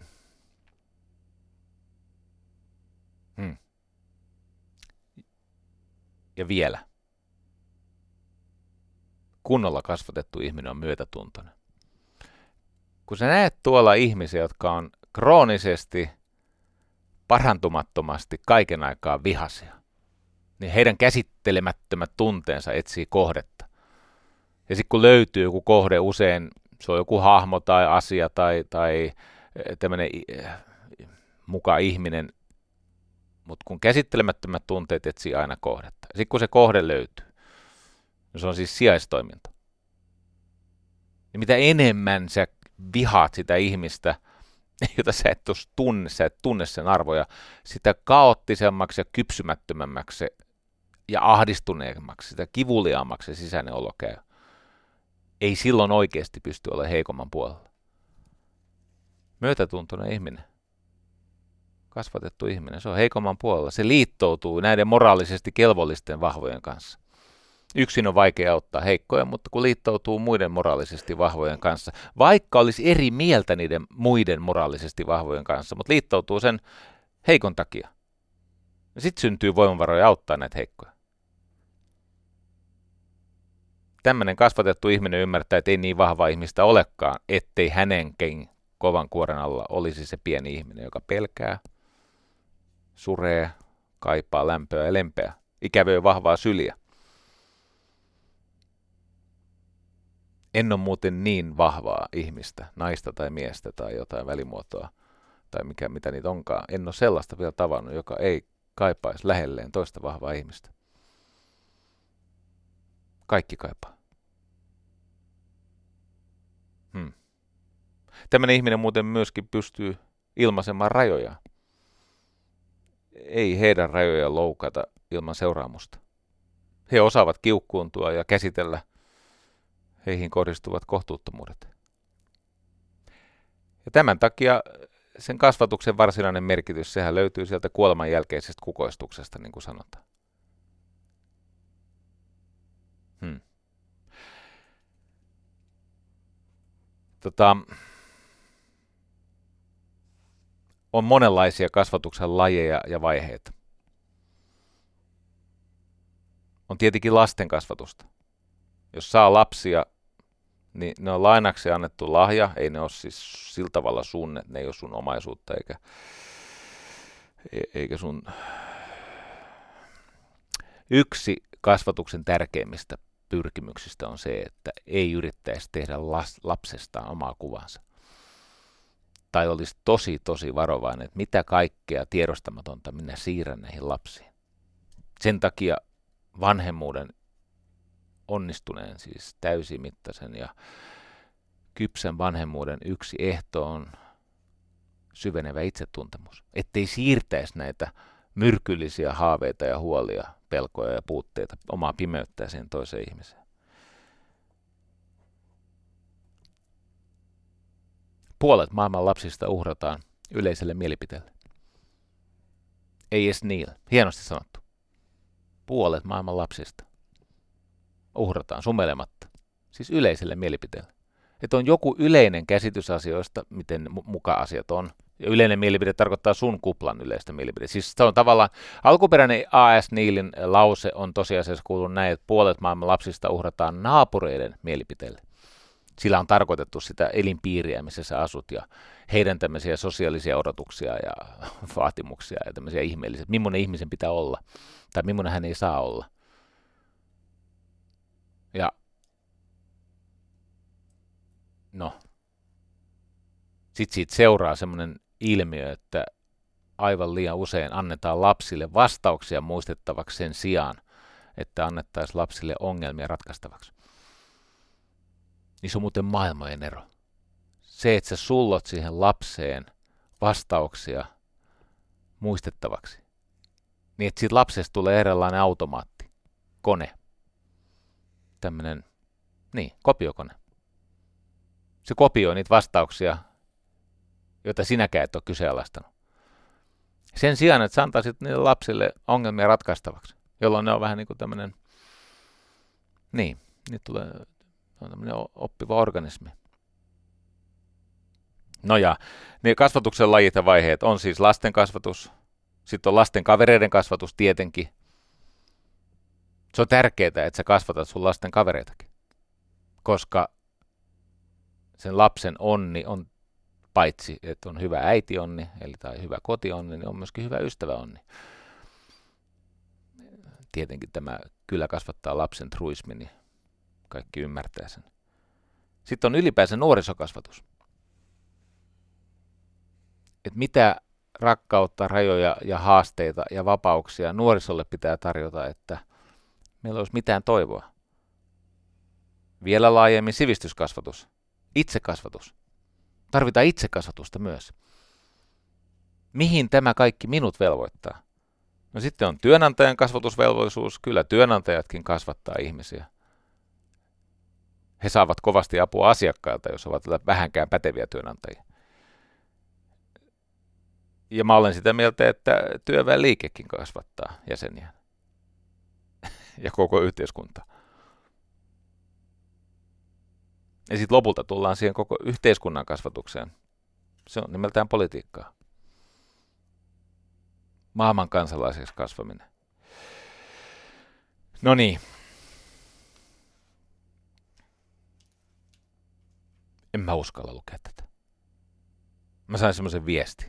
Ja vielä. Kunnolla kasvatettu ihminen on myötätuntoinen. Kun sä näet tuolla ihmisiä, jotka on kroonisesti, parantumattomasti kaiken aikaa vihaisia, niin heidän käsittelemättömät tunteensa etsii kohdetta. Ja sitten kun löytyy joku kohde, usein se on joku hahmo tai asia tai tämmöinen muka ihminen, mutta kun käsittelemättömät tunteet etsii aina kohdetta. Sitten kun se kohde löytyy, niin se on siis sijaistoiminta. Niin mitä enemmän sä vihaat sitä ihmistä, jota sä et tunne sen arvoja, sitä kaoottisemmaksi ja kypsymättömämmäksi ja ahdistuneemmaksi, sitä kivuliaammaksi se sisäinen olo käy. Ei silloin oikeasti pysty olemaan heikomman puolella. Myötätuntoinen ihminen, kasvatettu ihminen, se on heikomman puolella. Se liittoutuu näiden moraalisesti kelvollisten vahvojen kanssa. Yksin on vaikea auttaa heikkoja, mutta kun liittoutuu muiden moraalisesti vahvojen kanssa, vaikka olisi eri mieltä niiden muiden moraalisesti vahvojen kanssa, mutta liittoutuu sen heikon takia. Sitten syntyy voimavaroja auttaa näitä heikkoja. Tämmöinen kasvatettu ihminen ymmärtää, että ei niin vahva ihmistä olekaan, ettei hänenkin kovan kuoren alla olisi se pieni ihminen, joka pelkää, suree, kaipaa lämpöä ja lempeä, ikävöi vahvaa syliä. En ole muuten niin vahvaa ihmistä, naista tai miestä tai jotain välimuotoa tai mitä niitä onkaan. En ole sellaista vielä tavannut, joka ei kaipaisi lähelleen toista vahvaa ihmistä. Kaikki kaipaa. Tämmöinen ihminen muuten myöskin pystyy ilmaisemaan rajoja. Ei heidän rajoja loukata ilman seuraamusta. He osaavat kiukkuuntua ja käsitellä heihin kohdistuvat kohtuuttomuudet. Ja tämän takia sen kasvatuksen varsinainen merkitys, sehän löytyy sieltä kuoleman jälkeisestä kukoistuksesta, niin kuin sanotaan. On monenlaisia kasvatuksen lajeja ja vaiheita. On tietenkin lasten kasvatusta. Jos saa lapsia, niin ne on lainaksi annettu lahja, ei ne ole siis sillä tavalla sun, että ne ei ole sun omaisuutta eikä sun. Yksi kasvatuksen tärkeimmistä pyrkimyksistä on se, että ei yrittäisi tehdä lapsestaan omaa kuvansa. Tai olisi tosi varovainen, että mitä kaikkea tiedostamatonta minä siirrän näihin lapsiin. Sen takia vanhemmuuden onnistuneen, siis täysimittaisen ja kypsän vanhemmuuden yksi ehto on syvenevä itsetuntemus. Ettei siirtäisi näitä myrkyllisiä haaveita ja huolia, pelkoja ja puutteita, omaa pimeyttää siihen toiseen ihmiseen. Puolet maailman lapsista uhrataan yleiselle mielipiteelle. Ei edes Neil, hienosti sanottu. Puolet maailman lapsista uhrataan sumelematta, siis yleiselle mielipiteelle. Että on joku yleinen käsitys asioista, miten muka asiat on. Ja yleinen mielipide tarkoittaa sun kuplan yleistä mielipide. Siis se on tavallaan, alkuperäinen A.S. Neilin lause on tosiasiassa kuullut näin, että puolet maailman lapsista uhrataan naapureiden mielipiteelle. Sillä on tarkoitettu sitä elinpiiriä, missä sä asut, ja heidän tämmöisiä sosiaalisia odotuksia ja vaatimuksia ja tämmöisiä ihmeellisiä, että millainen ihmisen pitää olla, tai millainen hän ei saa olla. Ja no, sitten siitä seuraa semmoinen ilmiö, että aivan liian usein annetaan lapsille vastauksia muistettavaksi sen sijaan, että annettaisiin lapsille ongelmia ratkaistavaksi. Niin se on muuten maailmojen ero. Se, että sä sullot siihen lapseen vastauksia muistettavaksi, niin että siitä lapsesta tulee eräänlainen automaatti, kone, tämmöinen, kopiokone. Se kopioi niitä vastauksia, joita sinäkään et ole kyseenalaistanut. Sen sijaan, että sä antaisit niille lapsille ongelmia ratkaistavaksi, jolloin ne on vähän niin kuin tämmöinen, niitä tulee, on tämmöinen oppiva organismi. No ja ne kasvatuksen lajit ja vaiheet on siis lasten kasvatus, sitten on lasten kavereiden kasvatus tietenkin. Se on tärkeää, että sä kasvatat sun lasten kavereitakin, koska sen lapsen onni on paitsi, että on hyvä äitionni, eli tai hyvä kotionni, niin on myöskin hyvä ystäväonni. Tietenkin tämä kyllä kasvattaa lapsen truismi, niin kaikki ymmärtää sen. Sitten on ylipäänsä nuorisokasvatus. Että mitä rakkautta, rajoja ja haasteita ja vapauksia nuorisolle pitää tarjota, että meillä olisi mitään toivoa. Vielä laajemmin sivistyskasvatus, itsekasvatus. Tarvitaan itsekasvatusta myös. Mihin tämä kaikki minut velvoittaa? No sitten on työnantajan kasvatusvelvollisuus. Kyllä työnantajatkin kasvattaa ihmisiä. He saavat kovasti apua asiakkailta, jos ovat vähänkään päteviä työnantajia. Ja mä olen sitä mieltä, että työväenliikekin kasvattaa jäseniä ja koko yhteiskunta. Ja sitten lopulta tullaan siihen koko yhteiskunnan kasvatukseen. Se on nimeltään politiikkaa. Maailman kansalaiseksi kasvaminen. No niin. En mä uskalla lukea tätä. Mä sain semmoisen viesti.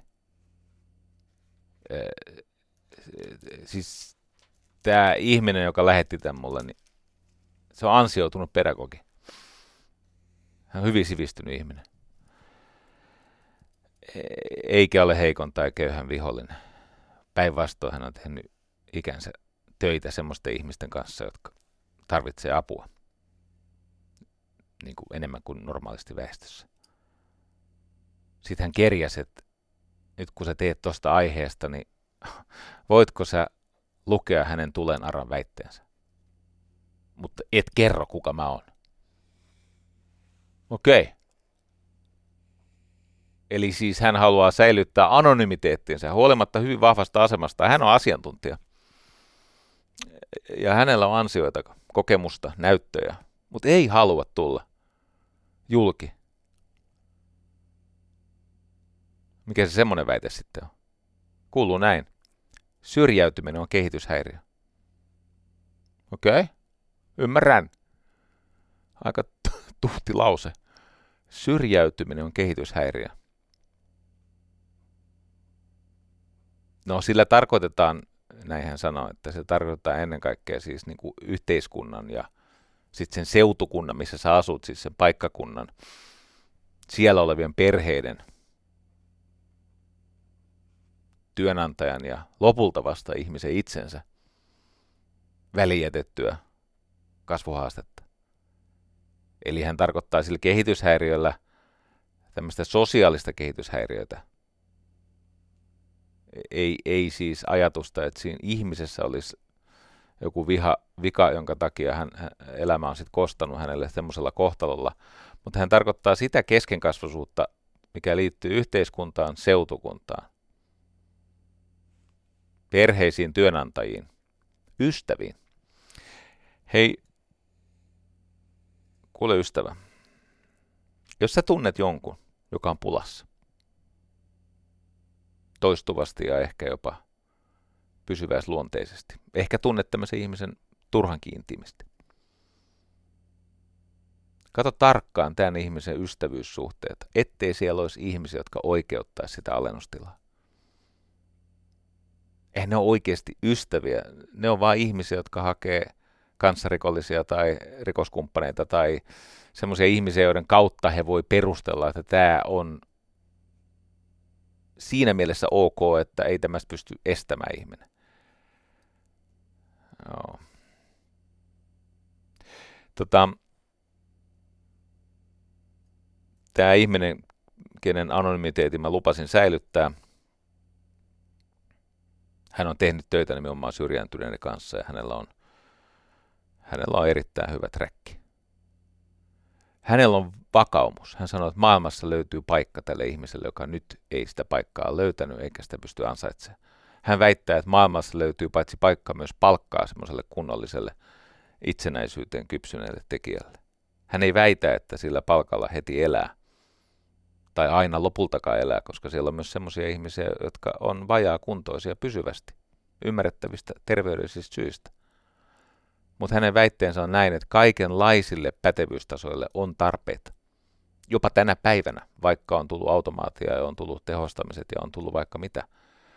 Siis tämä ihminen, joka lähetti tämän mulle, niin se on ansioitunut pedagogi. Hän on hyvin sivistynyt ihminen. Eikä ole heikon tai köyhän vihollinen. Päinvastoin hän on tehnyt ikänsä töitä semmoisten ihmisten kanssa, jotka tarvitsee apua. Niin kuin enemmän kuin normaalisti väestössä. Sitten hän kerjäsi, että nyt kun sä teet tuosta aiheesta, niin voitko sä lukea hänen tulen aran väitteensä? Mutta et kerro, kuka mä oon. Okei. Eli siis hän haluaa säilyttää anonymiteettinsä huolimatta hyvin vahvasta asemasta. Hän on asiantuntija. Ja hänellä on ansioita, kokemusta, näyttöjä, mutta ei halua tulla julki. Mikä se semmoinen väite sitten on? Kuuluu näin. Syrjäytyminen on kehityshäiriö. Okei. Ymmärrän. Aika tuhti lause. Syrjäytyminen on kehityshäiriö. No sillä tarkoitetaan, näin hän sanoo, että se tarkoittaa ennen kaikkea siis niin kuin yhteiskunnan ja sitten sen seutukunnan, missä sä asut, siis sen paikkakunnan, siellä olevien perheiden, työnantajan ja lopulta vasta ihmisen itsensä välijätettyä kasvuhaastetta. Eli hän tarkoittaa sillä kehityshäiriöllä tämmöistä sosiaalista kehityshäiriötä. Ei siis ajatusta, että siinä ihmisessä olisi joku vika, jonka takia elämä on sitten kostanut hänelle semmoisella kohtalolla. Mutta hän tarkoittaa sitä keskenkasvuisuutta, mikä liittyy yhteiskuntaan, seutukuntaan, perheisiin, työnantajiin, ystäviin. Hei, kuule ystävä, jos sä tunnet jonkun, joka on pulassa, toistuvasti ja ehkä jopa pysyväisluonteisesti, ehkä tunnet tämmöisen ihmisen turhankin intiimisti. Kato tarkkaan tämän ihmisen ystävyyssuhteet, ettei siellä olisi ihmisiä, jotka oikeuttaisi sitä alennustilaa. Eihän ne ole oikeasti ystäviä, ne on vain ihmisiä, jotka hakee kanssarikollisia tai rikoskumppaneita tai semmoisia ihmisiä, joiden kautta he voi perustella, että tämä on siinä mielessä ok, että ei tämästä pysty estämään ihminen. Joo. Tämä ihminen, kenen anonymiteetin mä lupasin säilyttää, hän on tehnyt töitä nimenomaan syrjääntyneiden kanssa ja hänellä on erittäin hyvä träkki. Hänellä on vakaumus. Hän sanoo, että maailmassa löytyy paikka tälle ihmiselle, joka nyt ei sitä paikkaa löytänyt eikä sitä pysty ansaitsemaan. Hän väittää, että maailmassa löytyy paitsi paikka myös palkkaa semmoiselle kunnolliselle itsenäisyyteen kypsyneelle tekijälle. Hän ei väitä, että sillä palkalla heti elää tai aina lopultakaan elää, koska siellä on myös semmoisia ihmisiä, jotka on vajaakuntoisia pysyvästi, ymmärrettävistä terveydellisistä syistä. Mutta hänen väitteensä on näin, että kaikenlaisille pätevyystasoille on tarpeita. Jopa tänä päivänä, vaikka on tullut automaatia ja on tullut tehostamiset ja on tullut vaikka mitä.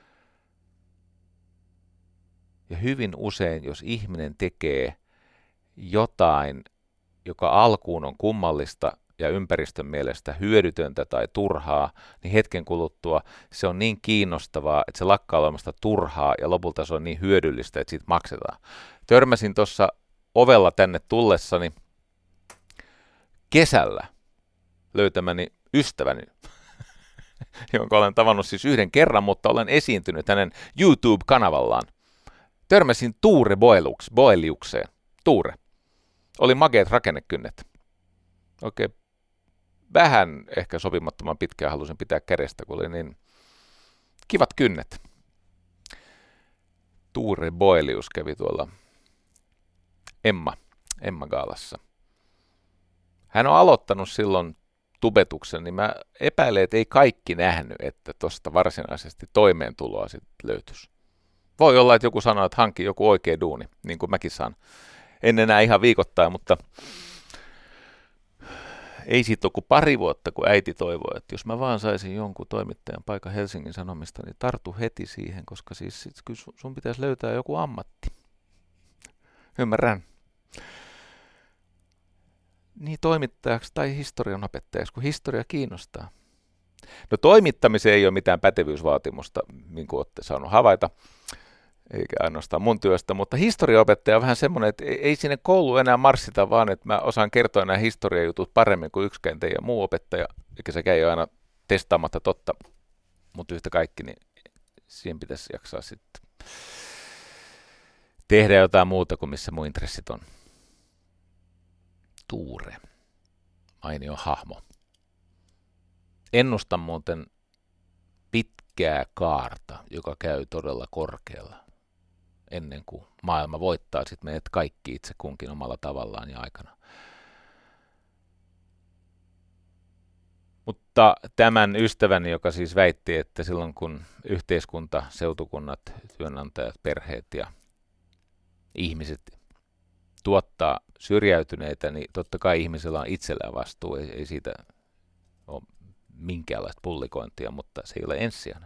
Ja hyvin usein, jos ihminen tekee jotain, joka alkuun on kummallista ja ympäristön mielestä hyödytöntä tai turhaa, niin hetken kuluttua se on niin kiinnostavaa, että se lakkaa olemasta turhaa ja lopulta se on niin hyödyllistä, että siitä maksetaan. Törmäsin tuossa ovella tänne tullessani kesällä löytämäni ystäväni, jonka olen tavannut siis yhden kerran, mutta olen esiintynyt hänen YouTube-kanavallaan. Törmäsin Tuure Boeliukseen. Tuure. Oli makeat rakennekynnet. Oikein vähän ehkä sopimattoman pitkään halusin pitää kädestä, kun oli niin kivat kynnet. Tuure Boelius kävi tuolla Emma-gaalassa. Hän on aloittanut silloin tubetuksen, niin mä epäilen, että ei kaikki nähnyt, että tuosta varsinaisesti toimeentuloa sitten löytyisi. Voi olla, että joku sanoo, että hankki joku oikea duuni, niin kuin mäkin saan. En enää ihan viikoittain, mutta ei siitä ole kuin pari vuotta, kun äiti toivoi, että jos mä vaan saisin jonkun toimittajan paikan Helsingin Sanomista, niin tartu heti siihen, koska siis kyllä sun pitäisi löytää joku ammatti. Ymmärrän. Niin toimittajaksi tai historianopettajaksi, kun historia kiinnostaa. No toimittamiseen ei ole mitään pätevyysvaatimusta, niin kuin olette saanut havaita, eikä ainoastaan mun työstä, mutta historiaopettaja on vähän semmoinen, että ei sinne koulu enää marssita, vaan että mä osaan kertoa nämä historiajutut paremmin kuin yksikään teidän muu opettaja, eikä se käy aina testaamatta totta, mutta yhtä kaikki, niin siihen pitäisi jaksaa sitten tehdä jotain muuta kuin missä mun intressit on. Tuure. Mainio hahmo. Ennustan muuten pitkää kaarta, joka käy todella korkealla, ennen kuin maailma voittaa sitten meidät kaikki itse kunkin omalla tavallaan ja aikana. Mutta tämän ystäväni, joka siis väitti, että silloin kun yhteiskunta, seutukunnat, työnantajat, perheet ja ihmiset tuottaa syrjäytyneitä, niin totta kai ihmisellä on itsellään vastuu, ei siitä ole minkäänlaista pullikointia, mutta se ei ole ensisijainen.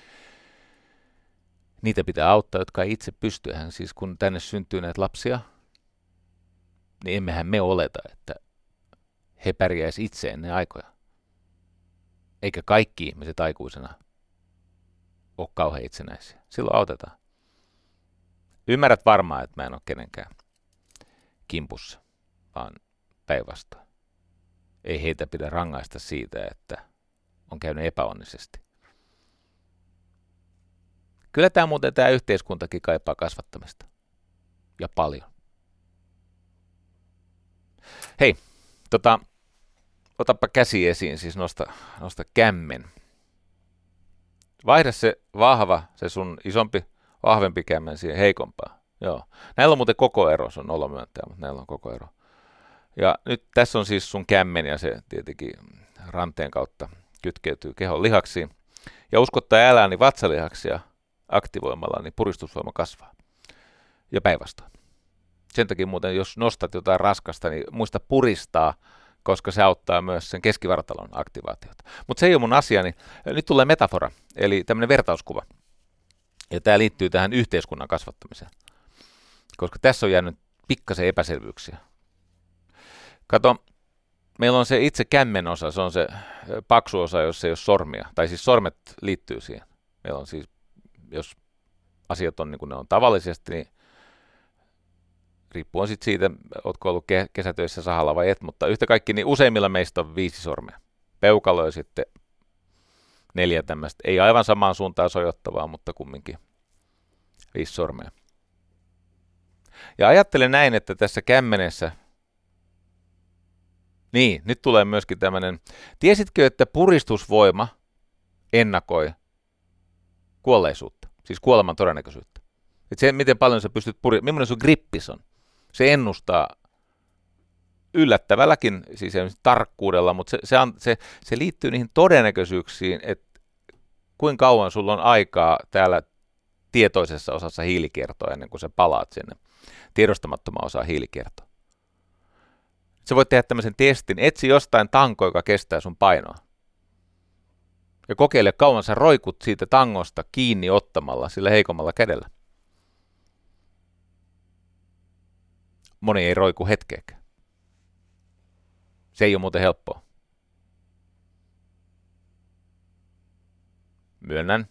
Niitä pitää auttaa, jotka ei itse pysty. Siis kun tänne syntyy näitä lapsia, niin emmehän me oleta, että he pärjäisi itse ennen aikoja. Eikä kaikki ihmiset aikuisena ole kauhean itsenäisiä. Silloin autetaan. Ymmärrät varmaan, että mä en ole kenenkään kimpussa, vaan päinvastoin. Ei heitä pidä rangaista siitä, että on käynyt epäonnisesti. Kyllä tämä yhteiskuntakin kaipaa kasvattamista. Ja paljon. Hei, otapa käsi esiin, siis nosta kämmen. Vaihda se vahva, se sun isompi, vahvempi kämmen siihen heikompaan. Joo. Näillä on muuten koko ero, se on olo myöntää, mutta näillä on koko ero. Ja nyt tässä on siis sun kämmen ja se tietenkin ranteen kautta kytkeytyy kehon lihaksiin. Ja uskottaa älää, niin vatsalihaksia aktivoimalla, niin puristusvoima kasvaa. Ja päinvastoin. Sen takia muuten, jos nostat jotain raskasta, niin muista puristaa, koska se auttaa myös sen keskivartalon aktivaatiota. Mutta se ei ole mun asiani. Nyt tulee metafora, eli tämmöinen vertauskuva. Ja tämä liittyy tähän yhteiskunnan kasvattamiseen. Koska tässä on jäänyt pikkasen epäselvyyksiä. Kato, meillä on se itse kämmen osa, se on se paksu osa, jos ei ole sormia. Tai siis sormet liittyy siihen. Meillä on siis, jos asiat on niin kuin ne on tavallisesti, niin riippuen sitten siitä, ootko ollut kesätöissä sahalla vai et, mutta yhtä kaikki, niin useimmilla meistä on 5 sormea. Peukalo ja sitten 4 tämmöistä, ei aivan samaan suuntaan sojottavaa, mutta kumminkin 5 sormea. Ja ajattelen näin, että tässä kämmenessä, niin, nyt tulee myöskin tämmöinen, tiesitkö, että puristusvoima ennakoi kuolleisuutta, siis kuoleman todennäköisyyttä. Että se, miten paljon sä pystyt millainen sun grippis on, se ennustaa yllättävälläkin, siis tarkkuudella, mutta se liittyy niihin todennäköisyyksiin, että kuinka kauan sulla on aikaa täällä tietoisessa osassa hiilikiertoa ennen kuin sä palaat sinne tiedostamattomaan osaan hiilikiertoa. Sä voit tehdä tämmöisen testin, etsi jostain tanko, joka kestää sun painoa. Ja kokeile kauan sä roikut siitä tangosta kiinni ottamalla sillä heikommalla kädellä. Moni ei roiku hetkeäkään. Se ei ole muuten helppoa. Myönnän.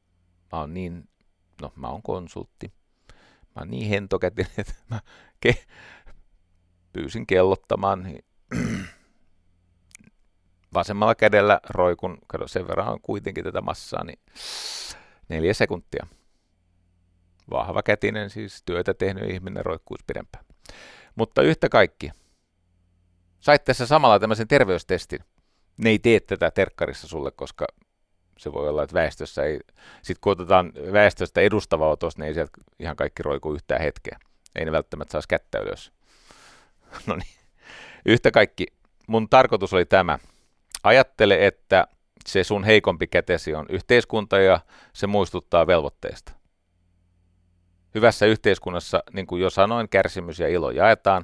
Mä oon konsultti. Mä oon niin hentokätinen, että mä pyysin kellottamaan. Niin vasemmalla kädellä roikun, kato sen verran on kuitenkin tätä massaa, niin 4 sekuntia. Vahvakätinen, siis työtä tehnyt ihminen roikkuisi pidempään. Mutta yhtä kaikki. Sait tässä samalla tämmöisen terveystestin. Ne ei tee tätä terkkarissa sulle, koska se voi olla, että väestössä ei, sitten kun otetaan väestöstä edustava otos, niin ei sieltä ihan kaikki roiku yhtään hetkeä. Ei ne välttämättä saisi kättä ylös. No niin, yhtä kaikki. Mun tarkoitus oli tämä. Ajattele, että se sun heikompi kätesi on yhteiskunta ja se muistuttaa velvoitteista. Hyvässä yhteiskunnassa, niin kuin jo sanoin, kärsimys ja ilo jaetaan.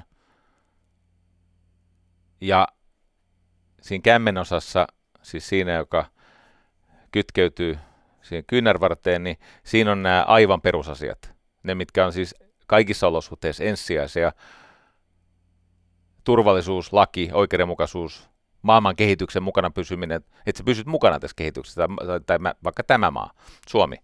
Ja siinä kämmenosassa, siis siinä, joka kytkeytyy siihen kyynärvarteen, niin siinä on nämä aivan perusasiat. Ne, mitkä on siis kaikissa olosuhteissa ensisijaisia. Turvallisuus, laki, oikeudenmukaisuus, maailman kehityksen mukana pysyminen, että sä pysyt mukana tässä kehityksessä, tai vaikka tämä maa, Suomi.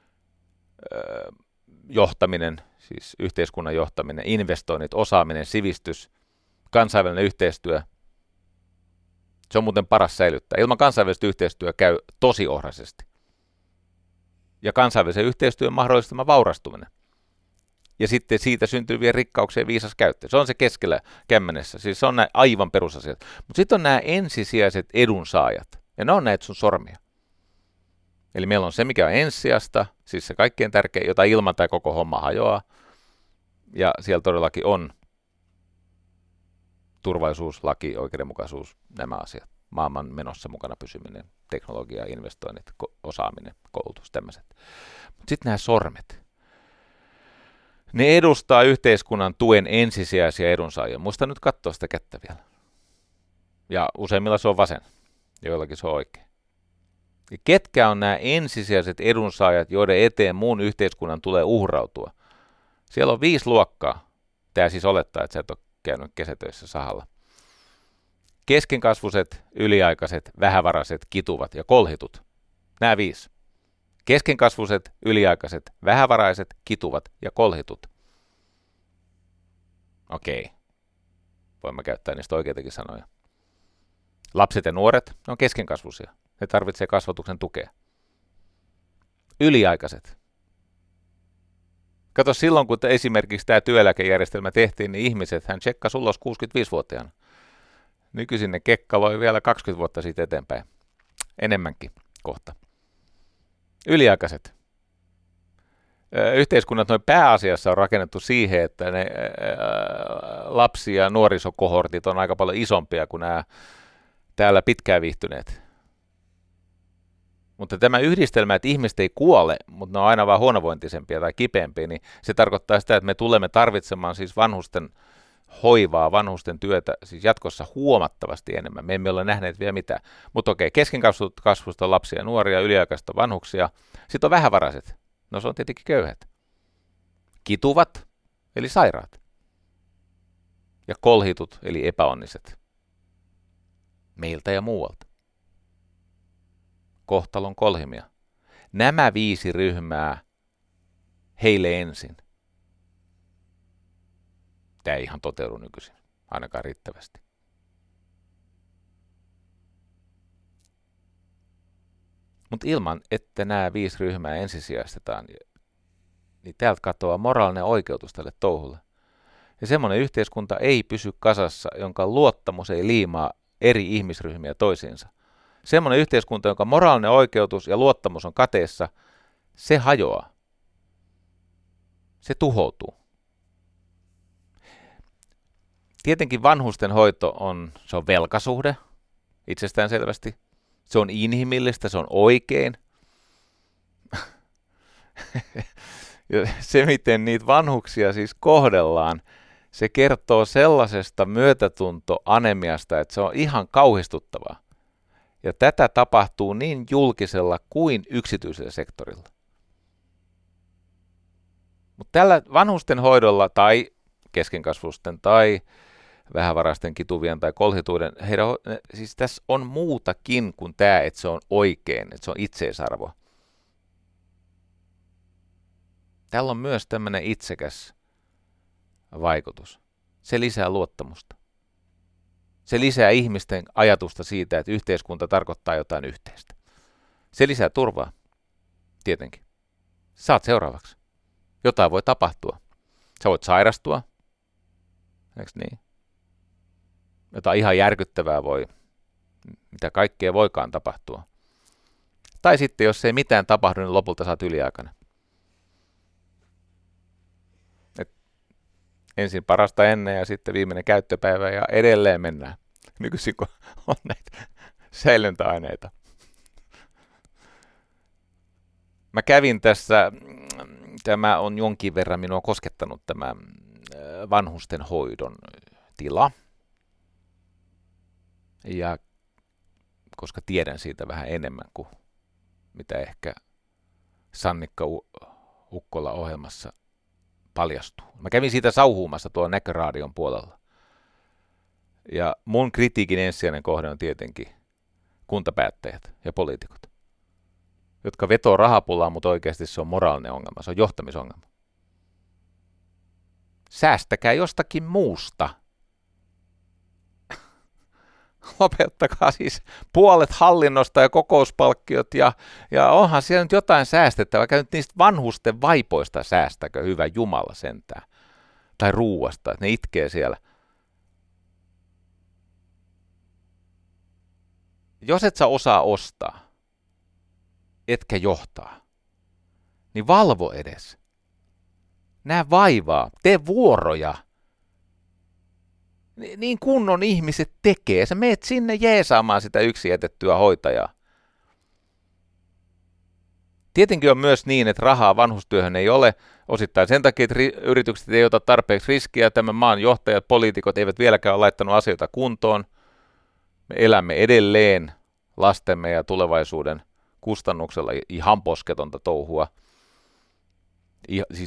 Johtaminen, siis yhteiskunnan johtaminen, investoinnit, osaaminen, sivistys, kansainvälinen yhteistyö. Se on muuten paras säilyttää. Ilman kansainvälistä yhteistyötä käy tosi ohraisesti. Ja kansainvälisen yhteistyön mahdollistama vaurastuminen. Ja sitten siitä syntyvien rikkauksien viisas käyttö. Se on se keskellä kämmenessä. Siis se on nämä aivan perusasiat. Mutta sitten on nämä ensisijaiset edunsaajat. Ja ne on näitä sun sormia. Eli meillä on se, mikä on ensisijasta, siis se kaikkein tärkein, jota ilman tämä koko homma hajoaa. Ja siellä todellakin on turvallisuus, laki, oikeudenmukaisuus, nämä asiat. Maailman menossa mukana pysyminen, teknologia, investoinnit, osaaminen, koulutus, tämmöiset. Mutta sitten nämä sormet. Ne edustaa yhteiskunnan tuen ensisijaisia edunsaajia. Muista nyt katsoa sitä kättä vielä. Ja useimmilla se on vasen, joillakin se on oikein. Ja ketkä on nämä ensisijaiset edunsaajat, joiden eteen muun yhteiskunnan tulee uhrautua? Siellä on 5 luokkaa. Tämä siis olettaa, että sä et ole käynyt kesätöissä sahalla. Keskenkasvuiset, yliaikaiset, vähävaraiset, kituvat ja kolhitut. Nämä 5. Keskenkasvuiset, yliaikaiset, vähävaraiset, kituvat ja kolhitut. Okei. Voimme käyttää niistä oikeitakin sanoja. Lapset ja nuoret, ne on keskenkasvuisia. Ne tarvitsee kasvatuksen tukea. Yliaikaiset. Kato, silloin kun esimerkiksi tämä työeläkejärjestelmä tehtiin, niin ihmiset hän tsekkasi ulos 65-vuotiaana. Nykyisin ne kekkaloi vielä 20 vuotta siitä eteenpäin. Enemmänkin kohta. Yliaikaiset. Yhteiskunnat noin pääasiassa on rakennettu siihen, että ne lapsi- ja nuorisokohortit on aika paljon isompia kuin nämä täällä pitkään viihtyneet. Mutta tämä yhdistelmä, että ihmiset ei kuole, mutta ne on aina vaan huonovointisempia tai kipeämpiä, niin se tarkoittaa sitä, että me tulemme tarvitsemaan siis vanhusten hoivaa, vanhusten työtä siis jatkossa huomattavasti enemmän. Me emme ole nähneet vielä mitään. Mutta okei, keskenkasvusta lapsia ja nuoria, yliaikaista vanhuksia. Sitten on vähävaraiset. No se on tietenkin köyhät. Kituvat, eli sairaat. Ja kolhitut, eli epäonniset. Meiltä ja muualta. Kohtalon kolhimia. Nämä 5 ryhmää heille ensin. Tämä ei ihan toteudu nykyisin, ainakaan riittävästi. Mutta ilman, että nämä 5 ryhmää ensisijaistetaan, niin täältä katoaa moraalinen oikeutus tälle touhulle. Ja semmoinen yhteiskunta ei pysy kasassa, jonka luottamus ei liimaa eri ihmisryhmiä toisiinsa. Semmoinen yhteiskunta, jonka moraalinen oikeutus ja luottamus on kateessa, se hajoaa. Se tuhoutuu. Tietenkin vanhusten hoito se on velkasuhde, itsestäänselvästi. Se on inhimillistä, se on oikein. Ja se, miten niitä vanhuksia siis kohdellaan, se kertoo sellaisesta myötätuntoanemiasta, että se on ihan kauhistuttavaa. Ja tätä tapahtuu niin julkisella kuin yksityisellä sektorilla. Mutta tällä vanhusten hoidolla tai keskenkasvusten tai vähävaraisten kituvien tai kolhituiden, siis tässä on muutakin kuin tämä, että se on oikein, että se on itseisarvo. Tällä on myös tämmöinen itsekäs vaikutus. Se lisää luottamusta. Se lisää ihmisten ajatusta siitä, että yhteiskunta tarkoittaa jotain yhteistä. Se lisää turvaa, tietenkin. Saat seuraavaksi. Jotain voi tapahtua. Sä voit sairastua. Eikö niin? Jotain ihan järkyttävää mitä kaikkea voikaan tapahtua. Tai sitten, jos ei mitään tapahdu, niin lopulta saat yliaikainen. Ensin parasta ennen ja sitten viimeinen käyttöpäivä ja edelleen mennään. Nykyisin kun on näitä säilöntäaineita. Mä kävin tässä, tämä on jonkin verran minua koskettanut tämä vanhusten hoidon tila. Ja koska tiedän siitä vähän enemmän kuin mitä ehkä Sannikka Ukkola ohjelmassa paljastuu. Mä kävin siitä sauhuumassa tuolla Näköraadion puolella. Ja mun kritiikin ensisijainen kohde on tietenkin kuntapäättäjät ja poliitikot, jotka vetoo rahapulaan, mutta oikeasti se on moraalinen ongelma, se on johtamisongelma. Säästäkää jostakin muusta. Lopettakaa siis puolet hallinnosta ja kokouspalkkiot ja onhan siellä nyt jotain säästettävää. Vaikka nyt niistä vanhusten vaipoista säästäkö, hyvä Jumala sentään. Tai ruuasta, että ne itkee siellä. Jos et sä osaa ostaa, etkä johtaa, niin valvo edes. Nää vaivaa, tee vuoroja. Niin kunnon ihmiset tekee. Sä meet sinne jeesaamaan sitä yksin jätettyä hoitajaa. Tietenkin on myös niin, että rahaa vanhustyöhön ei ole, osittain sen takia, että yritykset ei ota tarpeeksi riskiä, tämän maan johtajat, poliitikot eivät vieläkään ole laittanut asioita kuntoon. Me elämme edelleen lastemme ja tulevaisuuden kustannuksella ihan posketonta touhua. Siis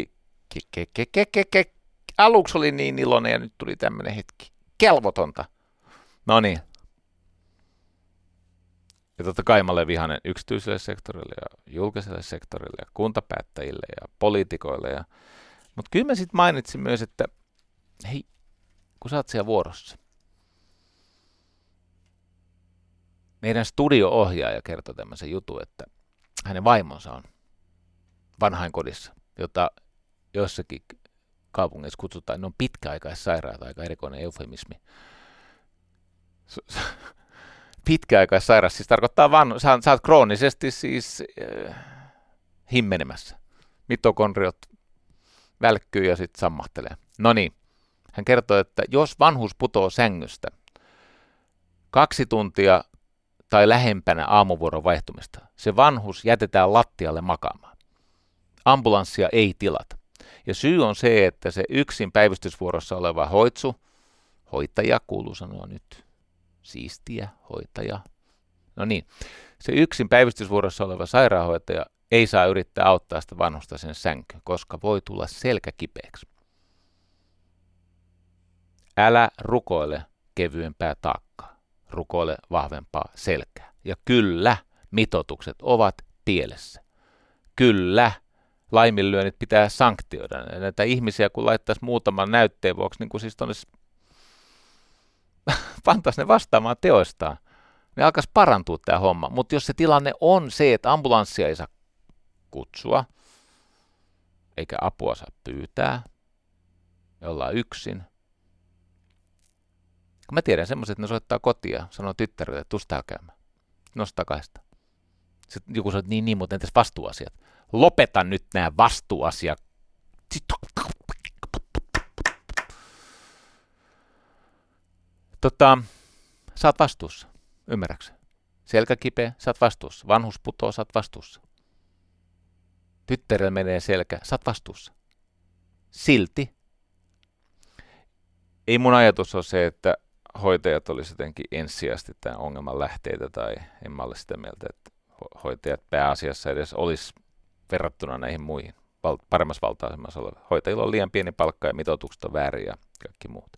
aluksi oli niin iloinen ja nyt tuli tämmöinen hetki. Kelvotonta. No niin. Ja totta kai mä olen vihainen yksityiselle sektorille ja julkiselle sektorille ja kuntapäättäjille ja poliitikoille. Mutta kyllä mä sitten mainitsin myös, että hei, kun sä oot siellä vuorossa. Meidän studio-ohjaaja kertoi tämmöisen jutun, että hänen vaimonsa on vanhainkodissa, jota jossakin kaupungeissa kutsutaan, ne on pitkäaikaissairaat, aika erikoinen eufemismi. Pitkäaikaissairas siis tarkoittaa sä oot kroonisesti siis himmenemässä. Mitokondriot välkkyy ja sitten sammahtelee. No niin, hän kertoo, että jos vanhus putoo sängystä 2 tuntia tai lähempänä aamuvuoron vaihtumista, se vanhus jätetään lattialle makaamaan. Ambulanssia ei tilata. Ja syy on se, että se yksin päivystysvuorossa oleva hoitaja kuuluu sanoa nyt, siistiä, hoitaja. No niin, se yksin päivystysvuorossa oleva sairaanhoitaja ei saa yrittää auttaa sitä vanhusta sen sänkyyn, koska voi tulla selkä kipeäksi. Älä rukoile kevyempää taakkaa, rukoile vahvempaa selkää. Ja kyllä, mitoitukset ovat pielessä. Kyllä, laiminlyönnit pitää sanktioida. Näitä ihmisiä, kun laittaisi muutaman näytteen vuoksi, niin kuin siis tuonne pantaisi ne vastaamaan teoistaan, niin alkaisi parantua tämä homma. Mutta jos se tilanne on se, että ambulanssia ei saa kutsua, eikä apua saa pyytää, ja ollaan yksin. Kun mä tiedän semmoiset, että ne soittaa kotia, sanoo tyttärille, että tuus täällä käymään. Nostaa kahdesta. Sitten joku sanoo, että niin, mutta entäs vastuuasiat? Lopeta nyt nämä vastuuasiat. Sä oot vastuussa, ymmärräksä? Selkä kipeä, sä oot vastuussa. Vanhus putoo, sä oot vastuussa. Tyttärellä menee selkä, sä oot vastuussa. Silti ei mun ajatus ole se, että hoitajat olisi jotenkin ensisijaisesti tämän ongelman lähteitä, tai en mä ole sitä mieltä, että hoitajat pääasiassa edes olisi verrattuna näihin muihin paremmassa valta-asemassa olevia. Hoitajilla on liian pieni palkka ja mitoitukset on väärin ja kaikki muut.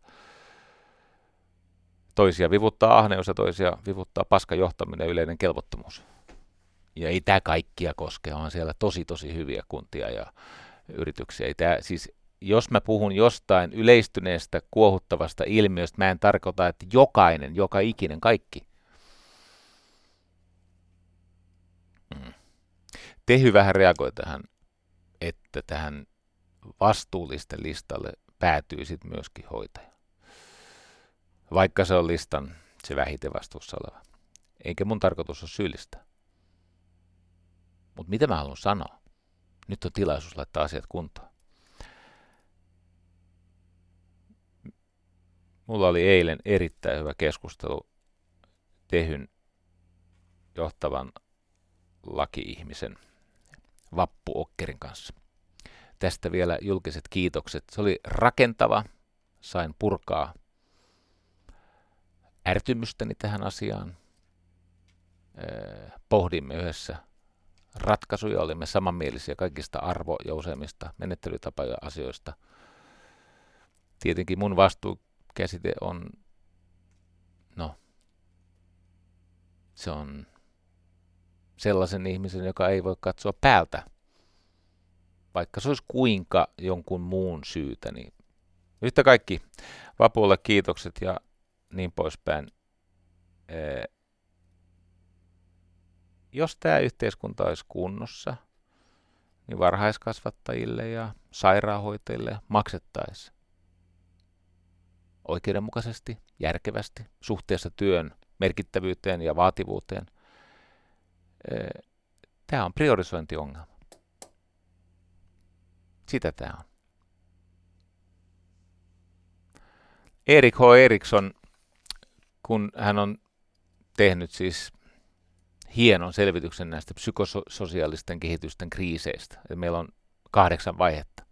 Toisia vivuttaa ahneus ja toisia vivuttaa paskajohtaminen ja yleinen kelvottomuus. Ja ei tämä kaikkia koske, on siellä tosi hyviä kuntia ja yrityksiä. Siis jos mä puhun jostain yleistyneestä, kuohuttavasta ilmiöstä, mä en tarkoita, että jokainen, joka ikinen, kaikki. Tehy vähän reagoi tähän, että tähän vastuullisten listalle päätyy sitten myöskin hoitaja. Vaikka se on listan se vähiten vastuussa oleva. Eikä mun tarkoitus ole syyllistää. Mutta mitä mä haluan sanoa? Nyt on tilaisuus laittaa asiat kuntoon. Mulla oli eilen erittäin hyvä keskustelu Tehyn johtavan laki-ihmisen Vappu Okkerin kanssa. Tästä vielä julkiset kiitokset. Se oli rakentava. Sain purkaa ärtymystäni tähän asiaan. Pohdimme yhdessä ratkaisuja, olimme samanmielisiä kaikista arvo- ja useimmista menettelytapoja asioista. Tietenkin mun vastuukäsite on, se on sellaisen ihmisen, joka ei voi katsoa päältä. Vaikka se olisi kuinka jonkun muun syytä, niin yhtä kaikki Vapulle kiitokset ja niin poispäin. Jos tämä yhteiskunta olisi kunnossa, niin varhaiskasvattajille ja sairaanhoitajille maksettaisiin oikeudenmukaisesti, järkevästi, suhteessa työn merkittävyyteen ja vaativuuteen. Tämä on priorisointiongelma. Sitä tämä on. Erik H. Eriksson, kun hän on tehnyt siis hienon selvityksen näistä psykososiaalisten kehitysten kriiseistä. Eli meillä on 8 vaihetta.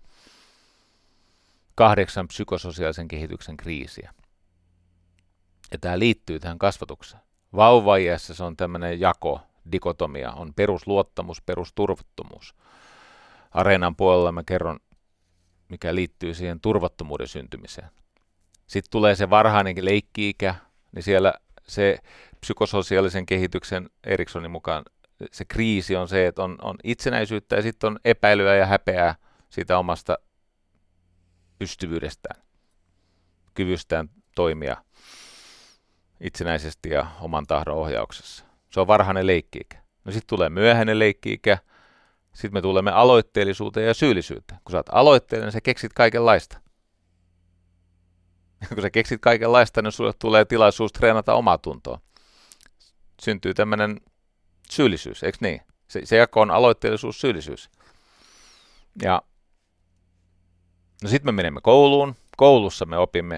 8 psykososiaalisen kehityksen kriisiä. Ja tämä liittyy tähän kasvatukseen. Vauvaiässä se on tämmöinen jako, dikotomia, on perusluottamus, perusturvattomuus. Areenan puolella mä kerron, mikä liittyy siihen turvattomuuden syntymiseen. Sitten tulee se varhainen leikki-ikä, niin siellä se psykososiaalisen kehityksen Eriksonin mukaan se kriisi on se, että on itsenäisyyttä ja sitten on epäilyä ja häpeää siitä omasta pystyvyydestään, kyvystään toimia itsenäisesti ja oman tahdon ohjauksessa. Se on varhainen leikki-ikä. No sitten tulee myöhäinen leikki-ikä, sitten me tulemme aloitteellisuuteen ja syyllisyyteen. Kun sä oot aloitteellinen, sä keksit kaikenlaista. Ja kun sä keksit kaikenlaista, niin sulle tulee tilaisuus treenata omaa tuntoa. Syntyy tämmöinen syyllisyys, eikö niin? Se jako on aloitteellisuus, syyllisyys. Ja no sitten me menemme kouluun. Koulussa me opimme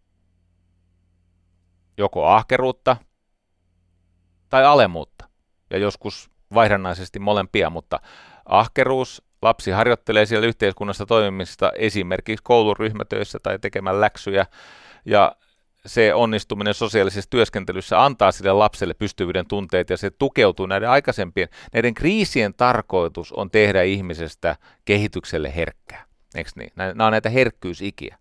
joko ahkeruutta tai alemmuutta. Ja joskus vaihdannaisesti molempia, mutta ahkeruus, lapsi harjoittelee siellä yhteiskunnassa toimimista esimerkiksi kouluryhmätöissä tai tekemään läksyjä, ja se onnistuminen sosiaalisessa työskentelyssä antaa sille lapselle pystyvyyden tunteet, ja se tukeutuu näiden kriisien tarkoitus on tehdä ihmisestä kehitykselle herkkää. Eikö niin? Nämä on näitä herkkyysikiä.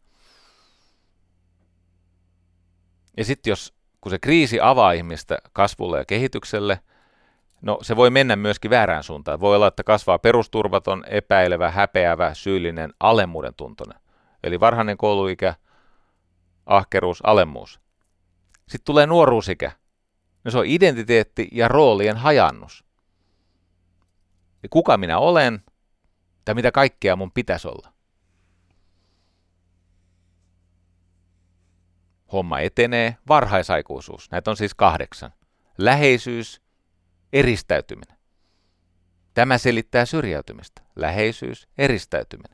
Ja sitten kun se kriisi avaa ihmistä kasvulle ja kehitykselle, no se voi mennä myöskin väärään suuntaan. Voi olla, että kasvaa perusturvaton, epäilevä, häpeävä, syyllinen, alemmuuden tuntoinen. Eli varhainen kouluikä, ahkeruus, alemmuus. Sitten tulee nuoruusikä. No se on identiteetti ja roolien hajannus. Eli kuka minä olen, tai mitä kaikkea mun pitäisi olla. Homma etenee, varhaisaikuisuus. Näitä on siis 8. Läheisyys, eristäytyminen. Tämä selittää syrjäytymistä. Läheisyys, eristäytyminen.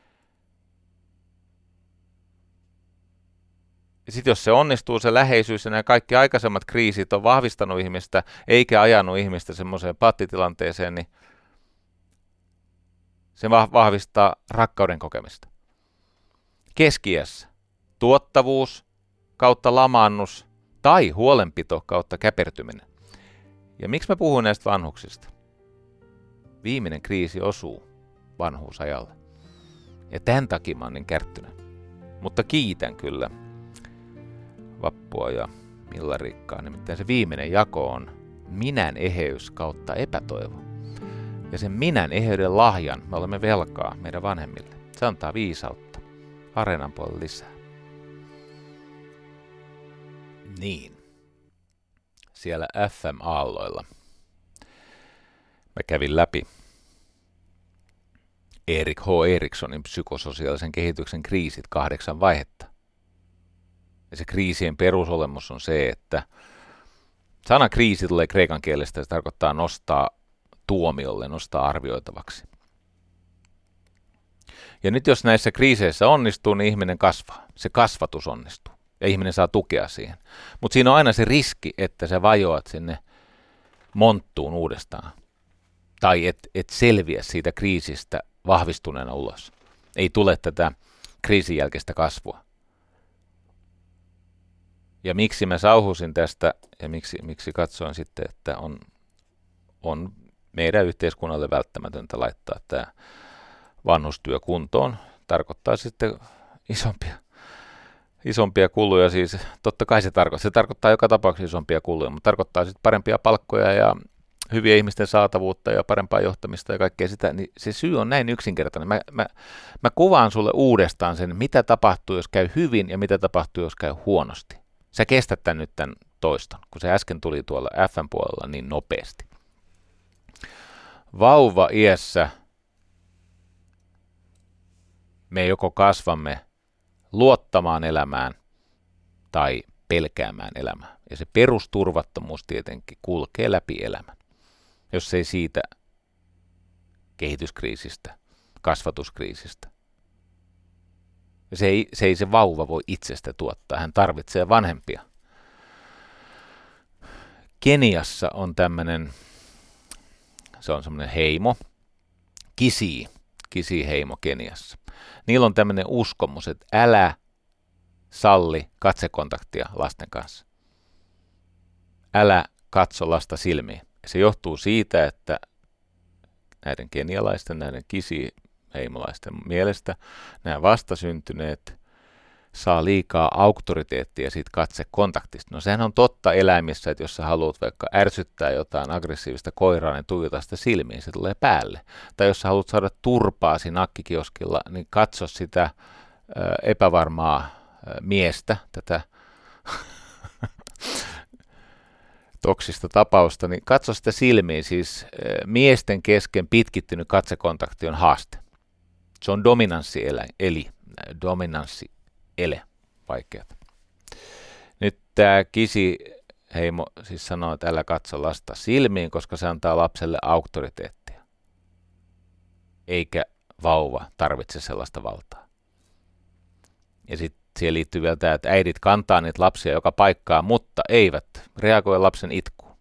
Ja sitten jos se onnistuu, se läheisyys ja nämä kaikki aikaisemmat kriisit on vahvistanut ihmistä, eikä ajanut ihmistä semmoiseen pattitilanteeseen, niin se vahvistaa rakkauden kokemista. Keski-iässä tuottavuus kautta lamaannus tai huolenpito kautta käpertyminen. Ja miksi mä puhun näistä vanhuksista? Viimeinen kriisi osuu vanhuusajalle. Ja tämän takia mä oon niin kärttynyt. Mutta kiitän kyllä Vappua ja Millarikkaa. Nimittäin se viimeinen jako on minän eheys kautta epätoivo. Ja sen minän eheyden lahjan me olemme velkaa meidän vanhemmille. Se antaa viisautta. Areenan puolella lisää. Niin. Siellä FM-aalloilla mä kävin läpi Erik H. Eriksonin psykososiaalisen kehityksen kriisit 8 vaihetta. Ja se kriisien perusolemus on se, että sana kriisi tulee kreikan kielestä ja se tarkoittaa nostaa tuomiolle, nostaa arvioitavaksi. Ja nyt jos näissä kriiseissä onnistuu, niin ihminen kasvaa. Se kasvatus onnistuu ja ihminen saa tukea siihen. Mutta siinä on aina se riski, että sä vajoat sinne monttuun uudestaan. Tai et selviä siitä kriisistä vahvistuneena ulos. Ei tule tätä kriisin jälkeistä kasvua. Ja miksi mä sauhusin tästä ja miksi katsoin sitten, että on meidän yhteiskunnalle välttämätöntä laittaa tämä vanhustyö kuntoon. Tarkoittaa sitten isompia kuluja, siis totta kai se tarkoittaa joka tapauksessa isompia kuluja, mutta tarkoittaa sitten parempia palkkoja ja hyviä ihmisten saatavuutta ja parempaa johtamista ja kaikkea sitä, niin se syy on näin yksinkertainen. Mä kuvaan sulle uudestaan sen, mitä tapahtuu, jos käy hyvin ja mitä tapahtuu, jos käy huonosti. Sä kestät nyt tämän toiston, kun se äsken tuli tuolla FM-puolella niin nopeasti. Vauva-iässä me joko kasvamme luottamaan elämään tai pelkäämään elämää. Ja se perusturvattomuus tietenkin kulkee läpi elämän. Jos ei siitä kehityskriisistä, kasvatuskriisistä. Se ei se vauva voi itsestä tuottaa, hän tarvitsee vanhempia. Keniassa on tämmöinen, se on semmoinen heimo, Kisii-heimo Keniassa. Niillä on tämmöinen uskomus, että älä salli katsekontaktia lasten kanssa. Älä katso lasta silmiin. Se johtuu siitä, että näiden kenialaisten, näiden Kisii-heimolaisten mielestä nämä vastasyntyneet saa liikaa auktoriteettia siitä katsekontaktista. No sehän on totta eläimissä, että jos sä haluat vaikka ärsyttää jotain aggressiivista koiraa, niin tuijota sitä silmiin, se tulee päälle. Tai jos sä haluat saada turpaa siinä nakkikioskilla, niin katso sitä epävarmaa miestä, tätä toksista tapausta, niin katso sitä silmiin. Siis miesten kesken pitkittynyt katsekontakti on haaste. Se on dominanssiele, vaikeata. Nyt tämä Kisi-heimo siis sanoo, että älä katso lasta silmiin, koska se antaa lapselle auktoriteettia. Eikä vauva tarvitse sellaista valtaa. Ja sitten siihen liittyy vielä tämä, että äidit kantaa niitä lapsia joka paikkaan, mutta eivät reagoi lapsen itkuun.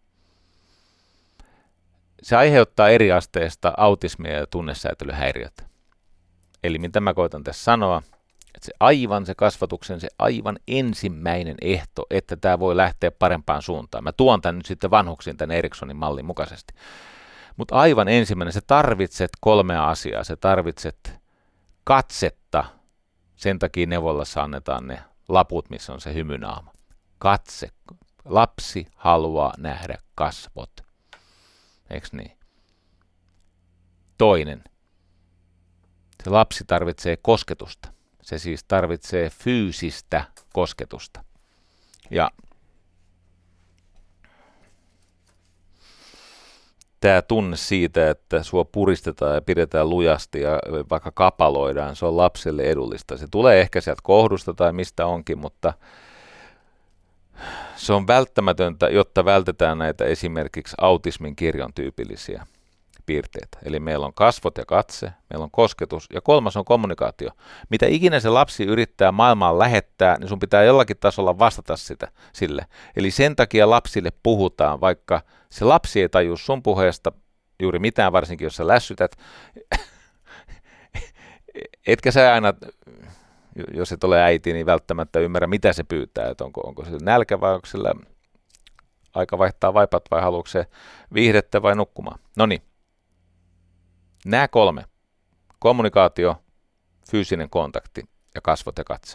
Se aiheuttaa eri asteista autismia ja tunnesäätelyhäiriötä. Eli mitä mä koitan tässä sanoa, että se kasvatuksen se aivan ensimmäinen ehto, että tämä voi lähteä parempaan suuntaan. Mä tuon tämän nyt sitten vanhuksiin tämän Eriksonin mallin mukaisesti. Mutta aivan ensimmäinen, sä tarvitset 3 asiaa. Sä tarvitset katsetta, sen takia neuvolassa annetaan ne laput, missä on se hymynaama. Katse. Lapsi haluaa nähdä kasvot. Eiks niin? Toinen. Se lapsi tarvitsee kosketusta. Se siis tarvitsee fyysistä kosketusta. Ja tämä tunne siitä, että sua puristetaan ja pidetään lujasti ja vaikka kapaloidaan, se on lapselle edullista. Se tulee ehkä sieltä kohdusta tai mistä onkin, mutta se on välttämätöntä, jotta vältetään näitä esimerkiksi autismin kirjon tyypillisiä piirteitä. Eli meillä on kasvot ja katse, meillä on kosketus ja 3 on kommunikaatio. Mitä ikinä se lapsi yrittää maailmaan lähettää, niin sun pitää jollakin tasolla vastata sille. Eli sen takia lapsille puhutaan, vaikka se lapsi ei tajua sun puheesta juuri mitään, varsinkin jos sä lässytät. Etkä sä aina, jos et ole äiti, niin välttämättä ymmärrä, mitä se pyytää. Että onko se nälkä vai onko sillä aika vaihtaa vaipat vai haluatko se viihdettä vai nukkumaan. No niin. Nämä 3. Kommunikaatio, fyysinen kontakti ja kasvot ja katse.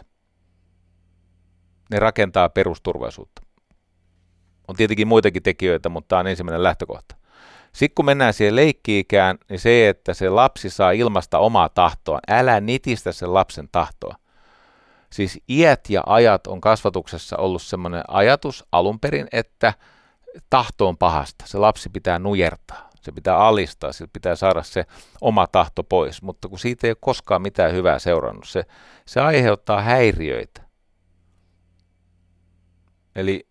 Ne rakentaa perusturvallisuutta. On tietenkin muitakin tekijöitä, mutta tämä on ensimmäinen lähtökohta. Sitten kun mennään siihen leikki-ikään, niin se, että se lapsi saa ilmaista omaa tahtoa. Älä nitistä sen lapsen tahtoa. Siis iät ja ajat on kasvatuksessa ollut semmoinen ajatus alun perin, että tahto on pahasta. Se lapsi pitää nujertaa. Se pitää alistaa, sillä pitää saada se oma tahto pois, mutta kun siitä ei ole koskaan mitään hyvää seurannut, se aiheuttaa häiriöitä. Eli,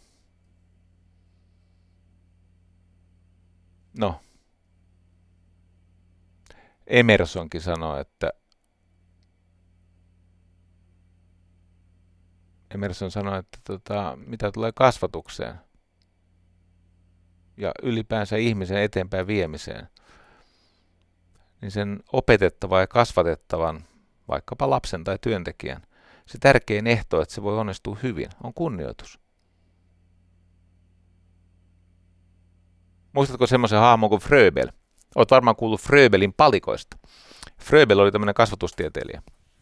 no, Emersonkin sanoi, että mitä tulee kasvatukseen, ja ylipäänsä ihmisen eteenpäin viemiseen, niin sen opetettavan ja kasvatettavan, vaikkapa lapsen tai työntekijän, se tärkein ehto, että se voi onnistua hyvin, on kunnioitus. Muistatko semmoisen hahmon kuin Fröbel? Olet varmaan kuullut Fröbelin palikoista. Fröbel oli tämmöinen kasvatustieteilijä.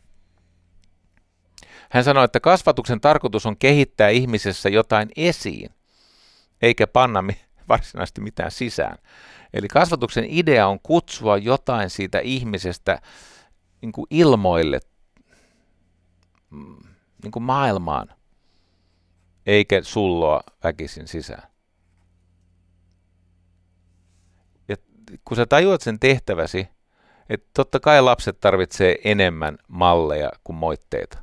Hän sanoi, että kasvatuksen tarkoitus on kehittää ihmisessä jotain esiin, eikä panna varsinaisesti mitään sisään. Eli kasvatuksen idea on kutsua jotain siitä ihmisestä niin kuin ilmoille, niin kuin maailmaan, eikä sulloa väkisin sisään. Ja kun sä tajuat sen tehtäväsi, että totta kai lapset tarvitsee enemmän malleja kuin moitteita.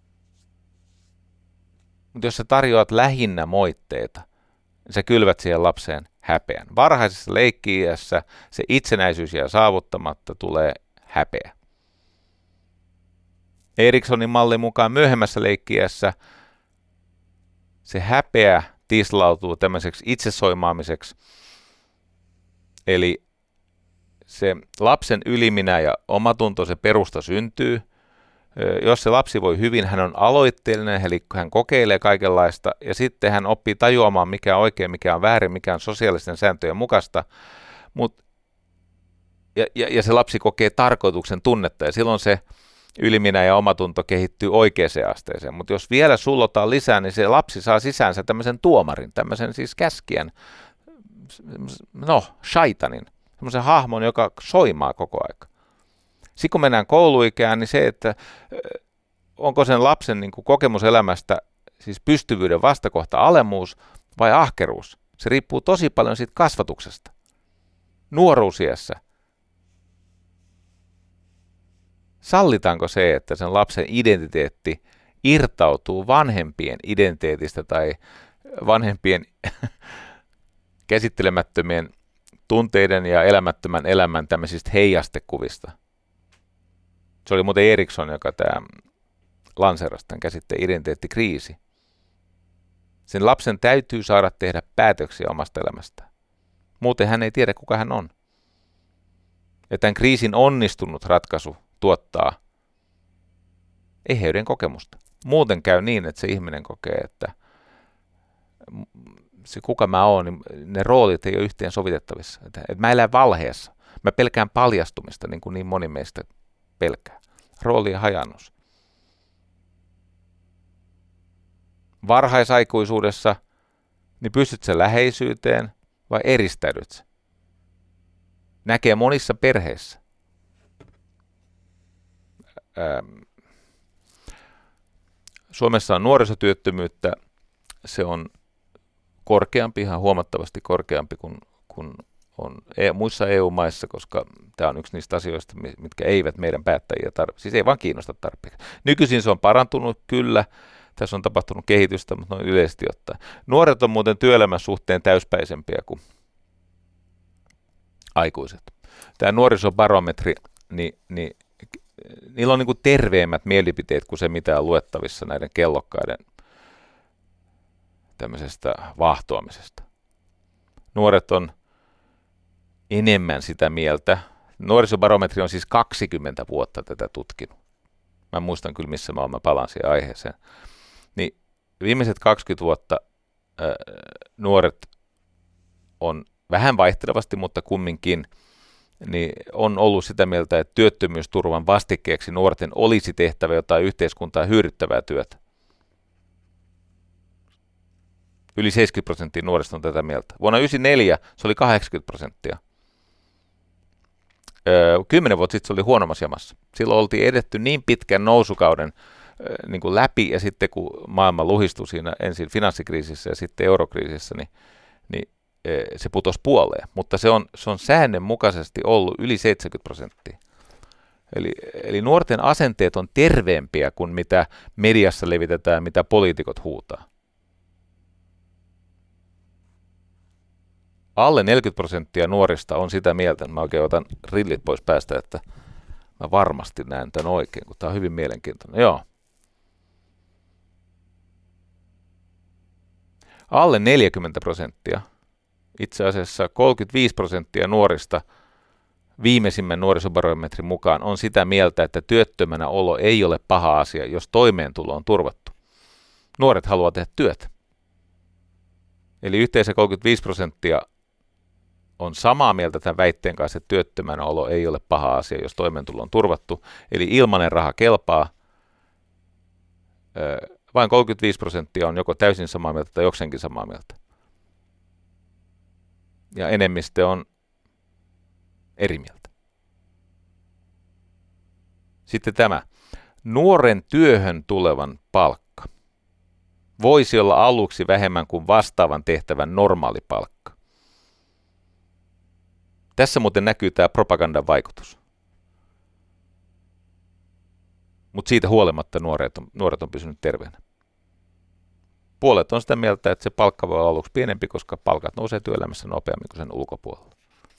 Mutta jos sä tarjoat lähinnä moitteita, niin sä kylvät siihen lapseen häpeän. Varhaisessa leikki-iässä se itsenäisyys jää saavuttamatta, tulee häpeä. Eriksonin mallin mukaan myöhemmässä leikki-iässä se häpeä tislautuu tämmöiseksi itsesoimaamiseksi. Eli se lapsen yliminä ja omatunto, se perusta syntyy. Jos se lapsi voi hyvin, hän on aloitteellinen, eli hän kokeilee kaikenlaista, ja sitten hän oppii tajuamaan, mikä on oikein, mikä on väärin, mikä on sosiaalisten sääntöjen mukaista. Ja se lapsi kokee tarkoituksen tunnetta, ja silloin se yliminä ja omatunto kehittyy oikeaan asteeseen. Mutta jos vielä sullotaan lisää, niin se lapsi saa sisäänsä tämmöisen tuomarin, tämmöisen siis käskijän, shaitanin, semmoisen hahmon, joka soimaa koko aika. Sitten kun mennään kouluikään, niin se, että onko sen lapsen niin kuin kokemus elämästä, siis pystyvyyden vastakohta alemmuus vai ahkeruus, se riippuu tosi paljon siitä kasvatuksesta. Nuoruusiässä. Sallitaanko se, että sen lapsen identiteetti irtautuu vanhempien identiteetistä tai vanhempien käsittelemättömien tunteiden ja elämättömän elämän tämmöisistä heijastekuvista? Se oli muuten Erikson, joka tämä lanseerasi tämän käsitteen identiteettikriisi. Sen lapsen täytyy saada tehdä päätöksiä omasta elämästään. Muuten hän ei tiedä, kuka hän on. Ja tämän kriisin onnistunut ratkaisu tuottaa eheyden kokemusta. Muuten käy niin, että se ihminen kokee, että se kuka mä oon, niin ne roolit ei ole yhteen sovitettavissa. Että mä elän valheessa. Mä pelkään paljastumista, niin moni meistä pelkää. Roolien hajannus. Varhaisaikuisuudessa, niin pystyt sä läheisyyteen vai eristäydyt sä? Näkee monissa perheissä. Suomessa on nuorisotyöttömyyttä. Se on korkeampi, ihan huomattavasti korkeampi kuin on muissa EU-maissa, koska tämä on yksi niistä asioista, mitkä eivät meidän päättäjiä siis ei vaan kiinnosta tarpeeksi. Nykyisin se on parantunut, kyllä. Tässä on tapahtunut kehitystä, mutta noin yleisesti ottaen. Nuoret on muuten työelämän suhteen täyspäisempiä kuin aikuiset. Tämä nuorisobarometri, niin niillä on niin kuin terveemmät mielipiteet kuin se, mitä on luettavissa näiden kellokkaiden tämmöisestä vaahtoamisesta. Nuoret on enemmän sitä mieltä. Nuorisobarometri on siis 20 vuotta tätä tutkinut. Mä muistan kyllä, missä mä palaan siihen aiheeseen. Niin viimeiset 20 vuotta nuoret on vähän vaihtelevasti, mutta kumminkin niin on ollut sitä mieltä, että työttömyysturvan vastikkeeksi nuorten olisi tehtävä jotain yhteiskuntaa hyödyttävää työtä. Yli 70% nuorista on tätä mieltä. Vuonna 1994 se oli 80%. 10 vuotta sitten se oli huonommassa jamassa. Silloin oltiin edetty niin pitkän nousukauden niin kuin läpi, ja sitten kun maailma luhistui siinä ensin finanssikriisissä ja sitten eurokriisissä, niin se putosi puoleen. Mutta se on säännönmukaisesti ollut yli 70%. Eli nuorten asenteet on terveempiä kuin mitä mediassa levitetään, mitä poliitikot huutaa. Alle 40% nuorista on sitä mieltä, että mä oikein otan rillit pois päästä, että mä varmasti näen tämän oikein, kun tämä on hyvin mielenkiintoinen. Joo. Alle 40%, itse asiassa 35% nuorista viimeisimmän nuorisobarometrin mukaan on sitä mieltä, että työttömänä olo ei ole paha asia, jos toimeentulo on turvattu. Nuoret haluaa tehdä työtä. Eli yhteensä 35% on samaa mieltä tämän väitteen kanssa, että työttömänä olo ei ole paha asia, jos toimeentulo on turvattu. Eli ilmainen raha kelpaa. Vain 35% on joko täysin samaa mieltä tai jokseenkin samaa mieltä. Ja enemmistö on eri mieltä. Sitten tämä. Nuoren työhön tulevan palkka voisi olla aluksi vähemmän kuin vastaavan tehtävän normaali palkka. Tässä muuten näkyy tämä propagandan vaikutus. Mutta siitä huolimatta nuoret on pysynyt terveenä. Puolet on sitä mieltä, että se palkka voi olla aluksi pienempi, koska palkat nousee työelämässä nopeammin kuin sen ulkopuolella.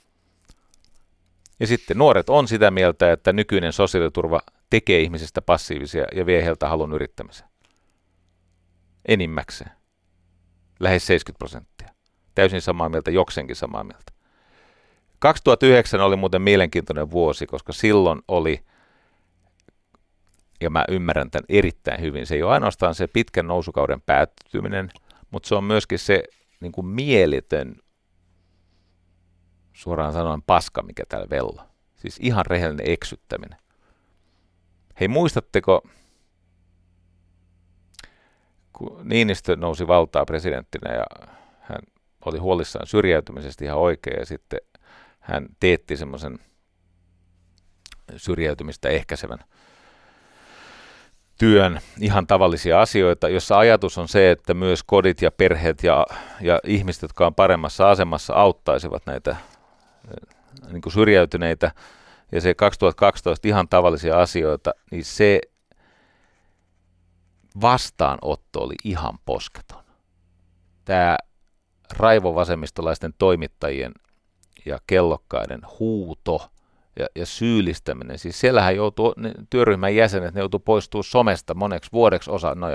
Ja sitten nuoret on sitä mieltä, että nykyinen sosiaaliturva tekee ihmisistä passiivisia ja vie heiltä halun yrittämiseen. Enimmäkseen. lähes 70%. Täysin samaa mieltä, jokseenkin samaa mieltä. 2009 oli muuten mielenkiintoinen vuosi, koska silloin oli, ja mä ymmärrän tämän erittäin hyvin, se ei ole ainoastaan se pitkän nousukauden päättyminen, mutta se on myöskin se niin kuin mieletön, suoraan sanoen paska, mikä täällä velloo. Siis ihan rehellinen eksyttäminen. Hei, muistatteko, kun Niinistö nousi valtaa presidenttinä ja hän oli huolissaan syrjäytymisestä ihan oikein ja sitten hän teetti semmoisen syrjäytymistä ehkäisevän työn, ihan tavallisia asioita, jossa ajatus on se, että myös kodit ja perheet ja ihmiset, jotka on paremmassa asemassa, auttaisivat näitä niin kuin syrjäytyneitä. Ja se 2012 ihan tavallisia asioita, niin se vastaanotto oli ihan posketon. Tämä raivovasemmistolaisten toimittajien ja kellokkaiden huuto ja syyllistäminen. Siis siellähän joutuu, työryhmän jäsenet, ne joutuu poistumaan somesta moneksi vuodeksi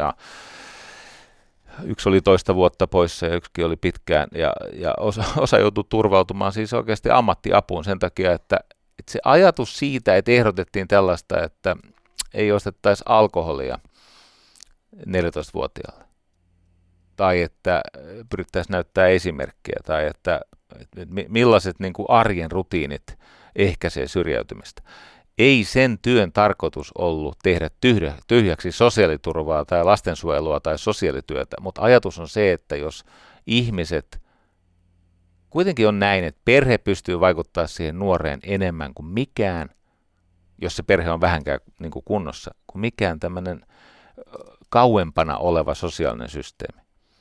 yksi oli 10 vuotta poissa ja yksikin oli pitkään, ja osa joutui turvautumaan siis oikeasti ammattiapuun sen takia, että se ajatus siitä, että ehdotettiin tällaista, että ei ostettaisi alkoholia 14-vuotiaalle, tai että pyrittäisiin näyttää esimerkkiä, tai että millaiset niin kuin arjen rutiinit ehkäisee syrjäytymistä. Ei sen työn tarkoitus ollut tehdä tyhjäksi sosiaaliturvaa tai lastensuojelua tai sosiaalityötä, mutta ajatus on se, että jos ihmiset, kuitenkin on näin, että perhe pystyy vaikuttamaan siihen nuoreen enemmän kuin mikään, jos se perhe on vähänkään niin kuin kunnossa, kuin mikään tämmöinen kauempana oleva sosiaalinen systeemi.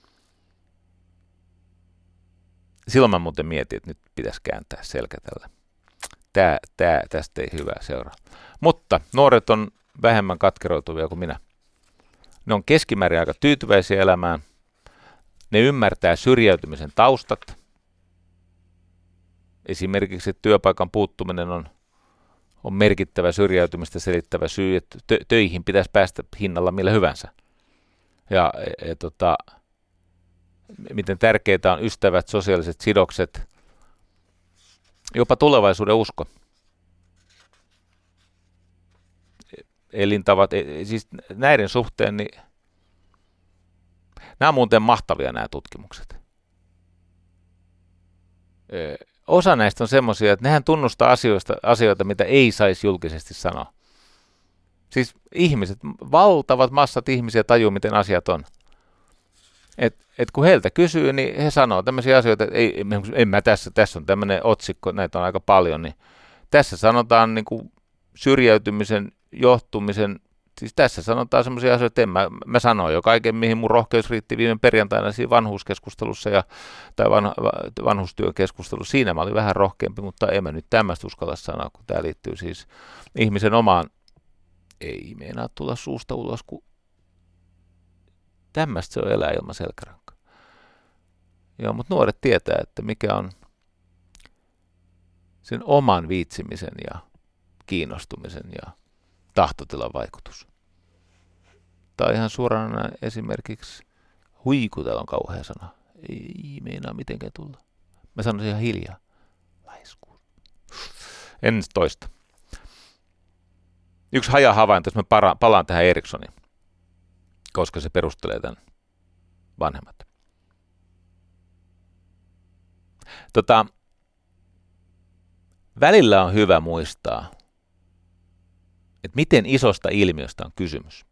Silloin mä muuten mietin, että nyt pitäisi kääntää selkä tällä. Tästä ei hyvää seuraa. Mutta nuoret on vähemmän katkeroituvia kuin minä. Ne on keskimäärin aika tyytyväisiä elämään. Ne ymmärtää syrjäytymisen taustat. Esimerkiksi työpaikan puuttuminen on merkittävä syrjäytymistä selittävä syy, että töihin pitäisi päästä hinnalla millä hyvänsä. Ja miten tärkeitä on ystävät, sosiaaliset sidokset, jopa tulevaisuuden usko. Elintavat, siis näiden suhteen, niin nämä on muuten mahtavia nämä tutkimukset. Osa näistä on semmoisia, että nehän tunnustaa asioita, mitä ei saisi julkisesti sanoa. Siis ihmiset, valtavat massat ihmisiä tajuu, miten asiat on. Et kun heiltä kysyy, niin he sanoo tämmöisiä asioita, että en mä tässä on tämmöinen otsikko, näitä on aika paljon, niin tässä sanotaan niin kuin syrjäytymisen johtumisen, siis tässä sanotaan semmoisia asioita, että mä sanoin jo kaiken, mihin mun rohkeus riitti viime perjantaina siinä vanhuuskeskustelussa tai vanhustyökeskustelussa. Siinä mä olin vähän rohkeampi, mutta en mä nyt tämmöistä uskalla sanoa, kun tämä liittyy siis ihmisen omaan, ei meinaa tulla suusta ulos, kun tämmöistä se on elää ilman selkärankaa. Joo, mutta nuoret tietää, että mikä on sen oman viitsimisen ja kiinnostumisen ja tahtotilan vaikutus. Tai ihan suorana esimerkiksi huiku, täällä on kauhea sana. Ei meinaa mitenkään tulla. Mä sanoisin ihan hiljaa. Laiskuus. En toista. Yksi havainto, jos mä palaan tähän Erikssoniin, koska se perustelee tämän vanhemmat. Välillä on hyvä muistaa, että miten isosta ilmiöstä on kysymys.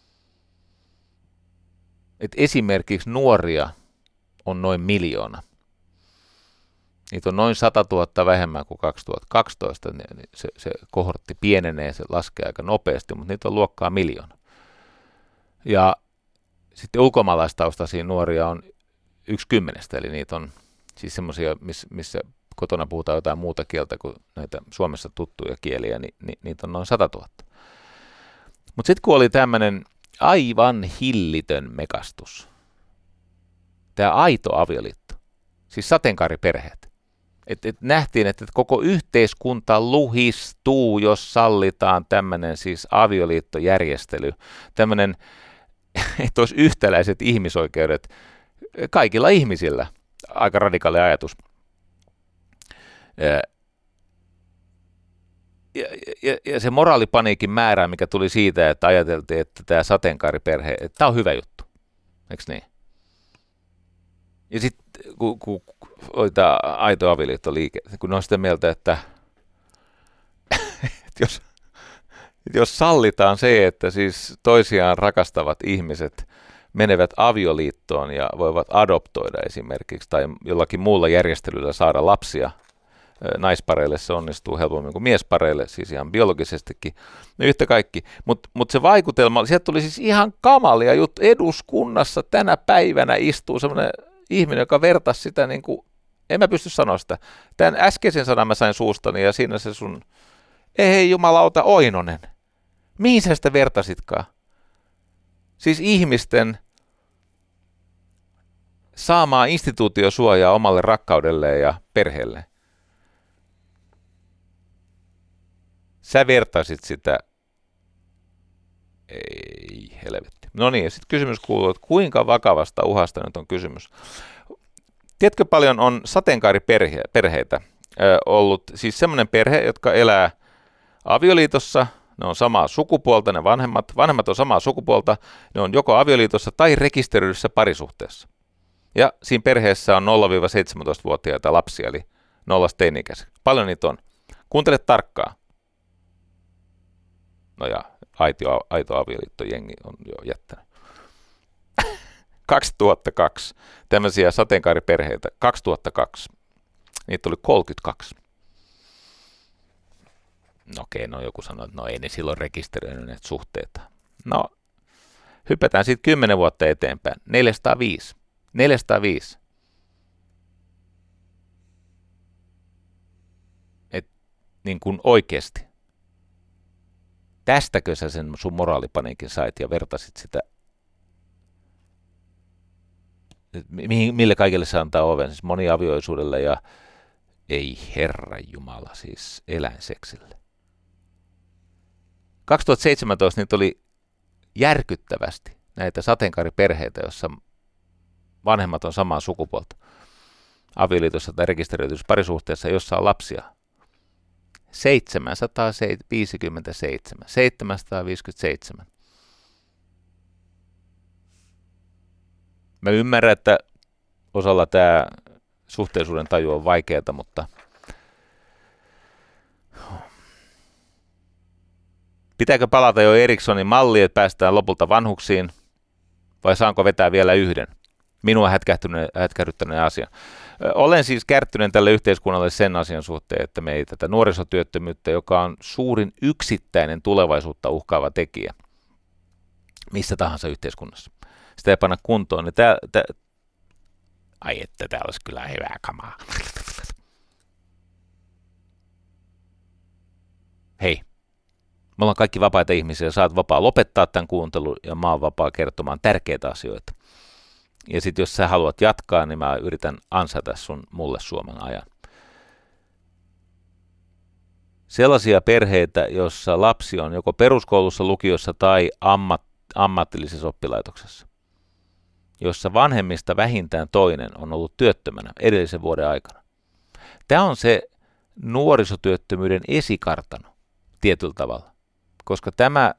Et esimerkiksi nuoria on noin 1 000 000. Niitä on noin 100 000 vähemmän kuin 2012. Se kohortti pienenee, se laskee aika nopeasti, mutta niitä on luokkaa 1 000 000. Ja sitten ulkomaalaistaustaisia nuoria on 1/10, eli niitä on siis semmoisia, missä kotona puhutaan jotain muuta kieltä kuin näitä Suomessa tuttuja kieliä, niin niitä on noin 100 000. Mutta sitten kun oli tämmöinen aivan hillitön mekastus, tämä aito avioliitto, siis sateenkaariperheet, että nähtiin, että koko yhteiskunta luhistuu, jos sallitaan tämmöinen siis avioliittojärjestely, tämmöinen, että olisi yhtäläiset ihmisoikeudet kaikilla ihmisillä. Aika radikaali ajatus. Ja se moraalipaniikin määrä, mikä tuli siitä, että ajateltiin, että tämä sateenkaariperhe, että tämä on hyvä juttu. Eikö niin? Ja sitten kun oli tämä aito avioliittoliike, kun on sitä mieltä, että jos sallitaan se, että siis toisiaan rakastavat ihmiset menevät avioliittoon ja voivat adoptoida esimerkiksi tai jollakin muulla järjestelyllä saada lapsia, naispareille se onnistuu helpommin kuin miespareille, siis ihan biologisestikin, no yhtä kaikki. Mutta se vaikutelma, sieltä tuli siis ihan kamalia juttu. Eduskunnassa tänä päivänä istuu semmoinen ihminen, joka vertasi sitä niin kuin, en mä pysty sanoa sitä. Tämän äskeisen sanan mä sain suustani ja siinä se sun, ei jumalauta Oinonen, mihin sä sitä vertasitkaan? Siis ihmisten saamaa instituutiosuojaa omalle rakkaudelleen ja perheelle. Sä vertasit sitä, ei helvetti. No niin, ja sitten kysymys kuuluu, että kuinka vakavasta uhasta nyt on kysymys. Tiedätkö paljon on sateenkaariperheitä ollut, siis semmoinen perhe, jotka elää avioliitossa, ne on samaa sukupuolta, ne vanhemmat on samaa sukupuolta, ne on joko avioliitossa tai rekisteröidyssä parisuhteessa. Ja siinä perheessä on 0-17-vuotiaita lapsia, eli 0-teini-ikäisiä. Paljon niitä on. Kuuntele tarkkaan. No ja aito avioliittojengi on jo jättänyt. 2002, tämmöisiä sateenkaariperheitä, 2002, niitä oli 32. No okei, no joku sanoi, että no ei ne silloin rekisteröinyt näitä suhteita. No, hypätään siitä 10 vuotta eteenpäin, 405. 405. Et niin kuin oikeasti. Tästäkö sä sen sun moraalipaniikin sait ja vertasit sitä, mille kaikille se antaa oven, siis moniavioisuudelle ja ei herra jumala, siis eläinseksille. 2017 niitä oli järkyttävästi näitä sateenkaariperheitä, jossa vanhemmat on samaa sukupuolta avioliitossa tai rekisteröityssä parisuhteessa, jossa on lapsia. 757. Mä ymmärrän, että osalla tämä suhteellisuuden taju on vaikeaa, mutta pitääkö palata jo Erikssonin malliin, että päästään lopulta vanhuksiin, vai saanko vetää vielä yhden? Minua hätkähdyttäneen asia. Olen siis kärttyneen tälle yhteiskunnalle sen asian suhteen, että me ei tätä nuorisotyöttömyyttä, joka on suurin yksittäinen tulevaisuutta uhkaava tekijä missä tahansa yhteiskunnassa. Sitä ei panna kuntoon, niin ai että tää olisi kyllä hyvää kamaa. Hei, me ollaan kaikki vapaita ihmisiä, sä oot vapaa lopettaa tämän kuuntelun ja mä oon vapaa kertomaan tärkeitä asioita. Ja sitten jos sä haluat jatkaa, niin mä yritän ansata sun mulle suomen ajan. Sellaisia perheitä, jossa lapsi on joko peruskoulussa, lukiossa tai ammatillisessa oppilaitoksessa, jossa vanhemmista vähintään toinen on ollut työttömänä edellisen vuoden aikana. Tämä on se nuorisotyöttömyyden esikartano tietyllä tavalla, koska tämä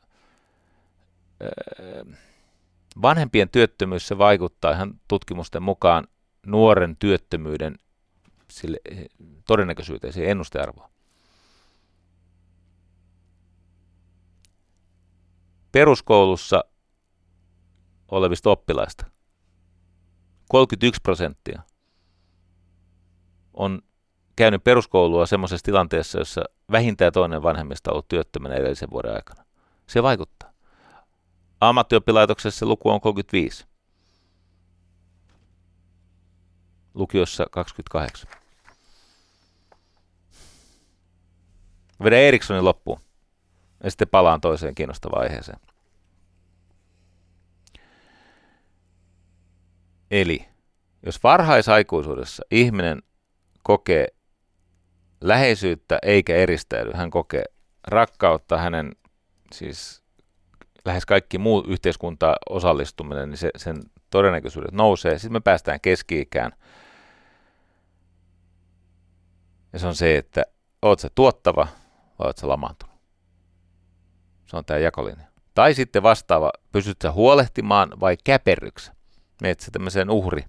vanhempien työttömyys se vaikuttaa ihan tutkimusten mukaan nuoren työttömyyden sille todennäköisyyteen, siihen ennustearvoon. Peruskoulussa olevista oppilaista 31% on käynyt peruskoulua semmoisessa tilanteessa, jossa vähintään toinen vanhemmista on ollut työttömänä edellisen vuoden aikana. Se vaikuttaa. Ammattioppilaitoksessa se luku on 35. Lukiossa 28. Vedän Erikssonin loppuun. Ja sitten palaan toiseen kiinnostavaan aiheeseen. Eli jos varhaisaikuisuudessa ihminen kokee läheisyyttä eikä eristäydy, hän kokee rakkautta, hänen siis lähes kaikki muu yhteiskuntaan osallistuminen, niin sen todennäköisyydet nousee, sitten me päästään keski-ikään. Ja se on se, että oot sä tuottava vai oot sä lamaantunut. Se on tämä jakolinja. Tai sitten vastaava, pystyt sä huolehtimaan vai käperryksä. Meet sä tämmöiseen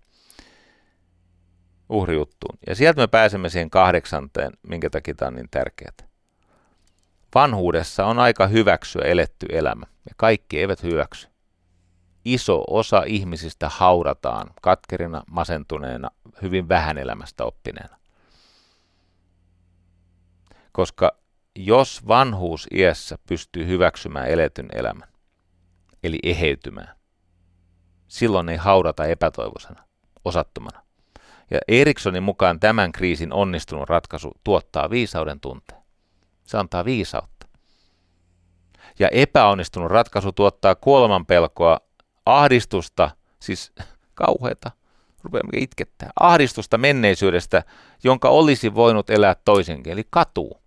uhrijuttuun. Ja sieltä me pääsemme siihen 8, minkä takia tämä on niin tärkeää. Vanhuudessa on aika hyväksyä eletty elämä, ja kaikki eivät hyväksy. Iso osa ihmisistä haudataan katkerina, masentuneena, hyvin vähän elämästä oppineena. Koska jos vanhuusiässä pystyy hyväksymään eletyn elämän, eli eheytymään, silloin ei haudata epätoivoisena, osattomana. Ja Erikssonin mukaan tämän kriisin onnistunut ratkaisu tuottaa viisauden tunteen. Se antaa viisautta. Ja epäonnistunut ratkaisu tuottaa kuolemanpelkoa, ahdistusta, siis kauheata, rupeamme itkettää, ahdistusta menneisyydestä, jonka olisi voinut elää toisinkin, eli katuu.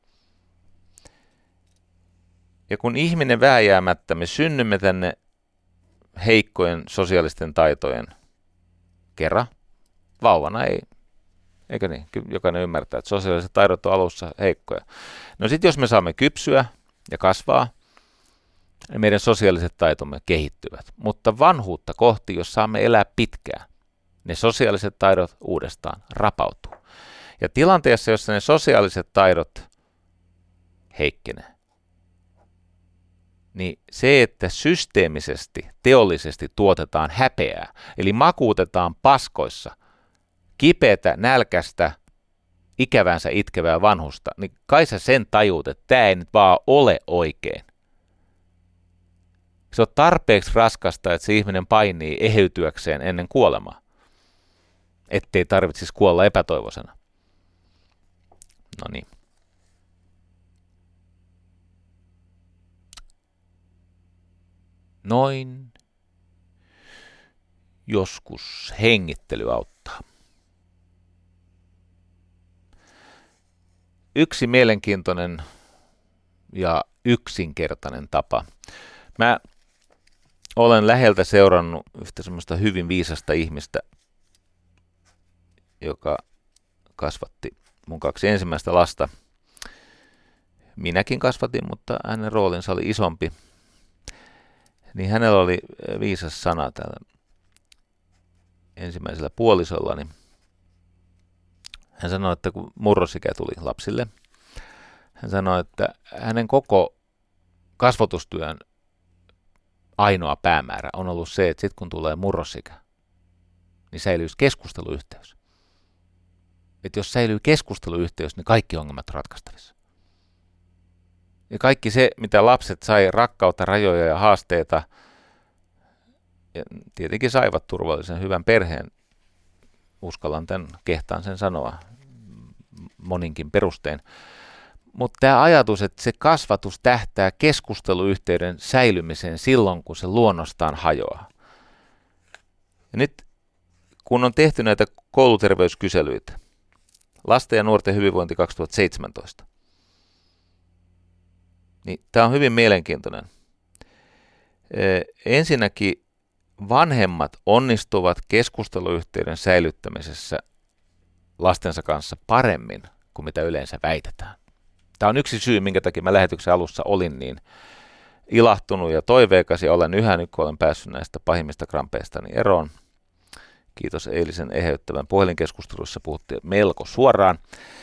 Ja kun ihminen vääjäämättä, me synnymme tänne heikkojen sosiaalisten taitojen kerran, vauvana ei, eikö niin? Jokainen ymmärtää, että sosiaaliset taidot on alussa heikkoja. No sitten jos me saamme kypsyä ja kasvaa, niin meidän sosiaaliset taitomme kehittyvät. Mutta vanhuutta kohti, jos saamme elää pitkään, ne sosiaaliset taidot uudestaan rapautuu. Ja tilanteessa, jossa ne sosiaaliset taidot heikkenee, niin se, että systeemisesti, teollisesti tuotetaan häpeää, eli makuutetaan paskoissa, kipeätä, nälkästä, ikävänsä itkevää vanhusta, niin kai sä sen tajuut, että tämä ei nyt vaan ole oikein. Se on tarpeeksi raskasta, että se ihminen painii eheytyäkseen ennen kuolemaa, ettei tarvitsisi kuolla epätoivoisena. No niin. Noin. Joskus hengittely auttaa. Yksi mielenkiintoinen ja yksinkertainen tapa. Mä olen läheltä seurannut yhtä semmoista hyvin viisasta ihmistä, joka kasvatti mun 2 ensimmäistä lasta. Minäkin kasvatin, mutta hänen roolinsa oli isompi. Niin hänellä oli viisas sana tällä ensimmäisellä puolisolla, niin hän sanoi, että kun murrosikä tuli lapsille, hän sanoi, että hänen koko kasvatustyön ainoa päämäärä on ollut se, että sitten kun tulee murrosikä, niin säilyisi keskusteluyhteys. Että jos säilyy keskusteluyhteys, niin kaikki ongelmat on ratkaistavissa. Ja kaikki se, mitä lapset sai, rakkautta, rajoja ja haasteita, ja tietenkin saivat turvallisen hyvän perheen, uskallan kehtaan sen sanoa moninkin perustein. Mutta tämä ajatus, että se kasvatus tähtää keskusteluyhteyden säilymiseen silloin, kun se luonnostaan hajoaa. Ja nyt, kun on tehty näitä kouluterveyskyselyitä, lasten ja nuorten hyvinvointi 2017, niin tämä on hyvin mielenkiintoinen. Ensinnäkin vanhemmat onnistuvat keskusteluyhteyden säilyttämisessä lastensa kanssa paremmin kuin mitä yleensä väitetään. Tämä on yksi syy, minkä takia mä lähetyksen alussa olin niin ilahtunut ja toiveikas ja olen yhä nyt, kun olen päässyt näistä pahimmista krampeistani eroon. Kiitos eilisen eheyttävän puhelinkeskustelussa, puhuttiin melko suoraan.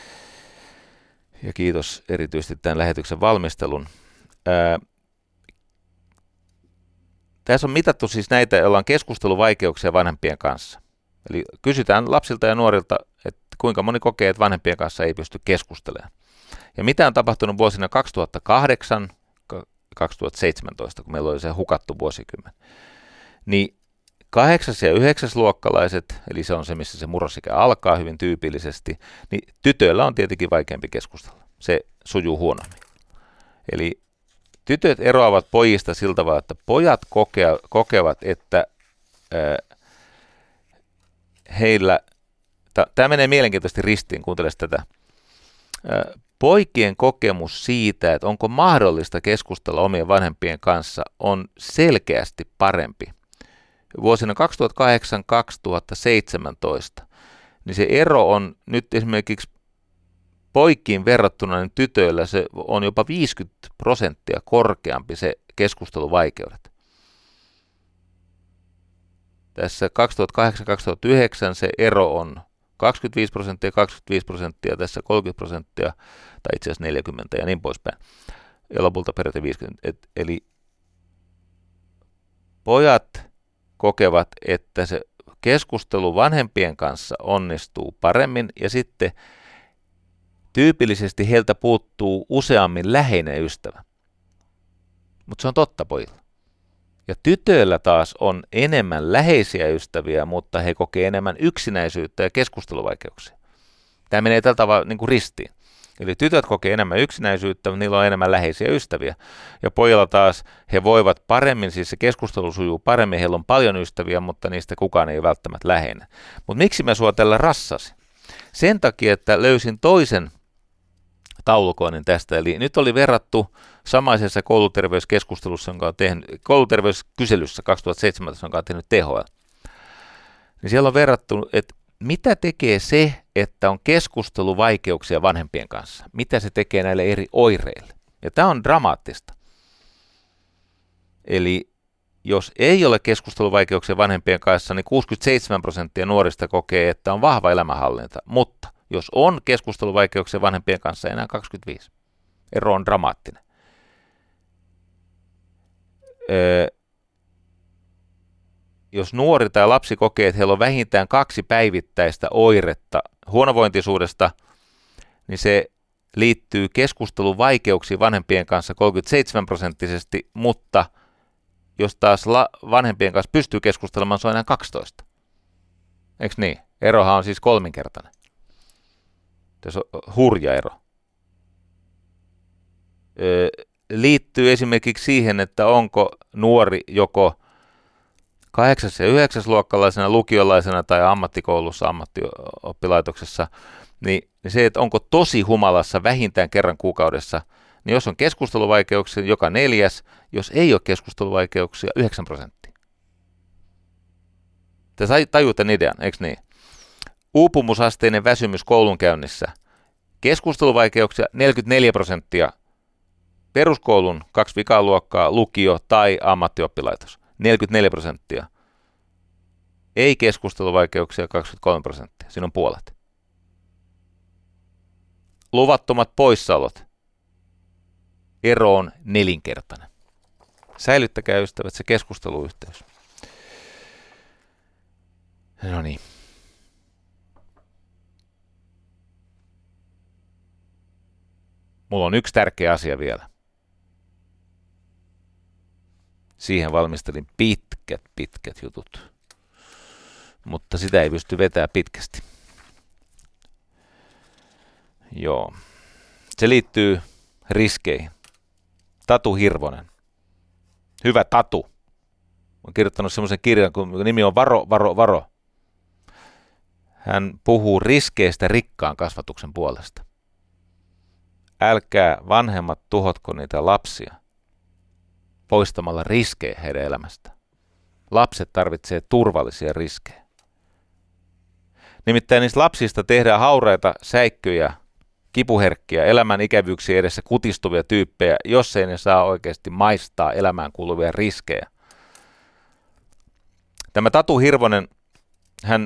Ja kiitos erityisesti tämän lähetyksen valmistelun. Tässä on mitattu siis näitä, joilla on keskusteluvaikeuksia vanhempien kanssa. Eli kysytään lapsilta ja nuorilta, että kuinka moni kokee, että vanhempien kanssa ei pysty keskustelemaan. Ja mitä on tapahtunut vuosina 2008-2017, kun meillä oli se hukattu vuosikymmen. Niin 8. ja 9. luokkalaiset, eli se on se, missä se murrosikä alkaa hyvin tyypillisesti, niin tytöillä on tietenkin vaikeampi keskustella. Se sujuu huonommin. Eli tytöt eroavat pojista siltä tavalla, että pojat kokevat, että heillä, tämä menee mielenkiintoisesti ristiin, kuuntele tätä, poikien kokemus siitä, että onko mahdollista keskustella omien vanhempien kanssa, on selkeästi parempi vuosina 2008-2017, niin se ero on nyt esimerkiksi poikkiin verrattuna, niin tytöillä se on jopa 50% korkeampi se keskusteluvaikeudet. Tässä 2008-2009 se ero on 25%, tässä 30%, tai itse asiassa 40% ja niin poispäin. Ja lopulta periaatteessa 50%. Eli pojat kokevat, että se keskustelu vanhempien kanssa onnistuu paremmin, ja sitten tyypillisesti heiltä puuttuu useammin läheinen ystävä. Mutta se on totta pojilla. Ja tytöillä taas on enemmän läheisiä ystäviä, mutta he kokee enemmän yksinäisyyttä ja keskusteluvaikeuksia. Tämä menee tällä tavalla niin kuin ristiin. Eli tytöt kokee enemmän yksinäisyyttä, mutta niillä on enemmän läheisiä ystäviä. Ja pojilla taas he voivat paremmin, siis se keskustelu sujuu paremmin, heillä on paljon ystäviä, mutta niistä kukaan ei välttämättä läheinen. Mutta miksi mä sua tällä rassasin? Sen takia, että löysin toisen taulukoinnin tästä. Eli nyt oli verrattu samaisessa kouluterveyskeskustelussa, kouluterveyskyselyssä 2017, jonka on tehnyt THL. Niin siellä on verrattu, että mitä tekee se, että on keskusteluvaikeuksia vanhempien kanssa? Mitä se tekee näille eri oireille? Ja tämä on dramaattista. Eli jos ei ole keskusteluvaikeuksia vanhempien kanssa, niin 67% nuorista kokee, että on vahva elämänhallinta. Mutta jos on keskusteluvaikeuksia vanhempien kanssa, enää 25%. Ero on dramaattinen. Jos nuori tai lapsi kokee, että heillä on vähintään 2 päivittäistä oiretta huonovointisuudesta, niin se liittyy keskusteluvaikeuksiin vanhempien kanssa 37%, mutta jos taas vanhempien kanssa pystyy keskustelemaan, se on enää 12%. Eikö niin? Erohan on siis 3-kertainen. Tässä on hurja ero. Liittyy esimerkiksi siihen, että onko nuori joko 8. ja 9. luokkalaisena, lukiolaisena tai ammattikoulussa, ammattioppilaitoksessa, niin se, että onko tosi humalassa vähintään kerran kuukaudessa, niin jos on keskusteluvaikeuksia, joka 4., jos ei ole keskusteluvaikeuksia, 9%. Te tajuutte tämän idean, eikö niin? Uupumusasteinen väsymys koulunkäynnissä. Keskusteluvaikeuksia 44%. Peruskoulun 2 vikaluokkaa, lukio tai ammattioppilaitos 44%. Ei keskusteluvaikeuksia 23%. Siinä on puolet. Luvattomat poissaolot. Ero on 4-kertainen. Säilyttäkää ystävät se keskusteluyhteys. No niin. Mulla on yksi tärkeä asia vielä. Siihen valmistelin pitkät jutut, mutta sitä ei pysty vetämään pitkästi. Joo. Se liittyy riskeihin. Tatu Hirvonen. Hyvä Tatu. Olen kirjoittanut semmoisen kirjan, kun nimi on Varo, varo, varo. Hän puhuu riskeistä rikkaan kasvatuksen puolesta. Älkää vanhemmat tuhotko niitä lapsia poistamalla riskejä heidän elämästä. Lapset tarvitsee turvallisia riskejä. Nimittäin niistä lapsista tehdään hauraita, säikkyjä, kipuherkkiä, elämän ikävyyksiä edessä kutistuvia tyyppejä, jos ei ne saa oikeasti maistaa elämään kuuluvia riskejä. Tämä Tatu Hirvonen, hän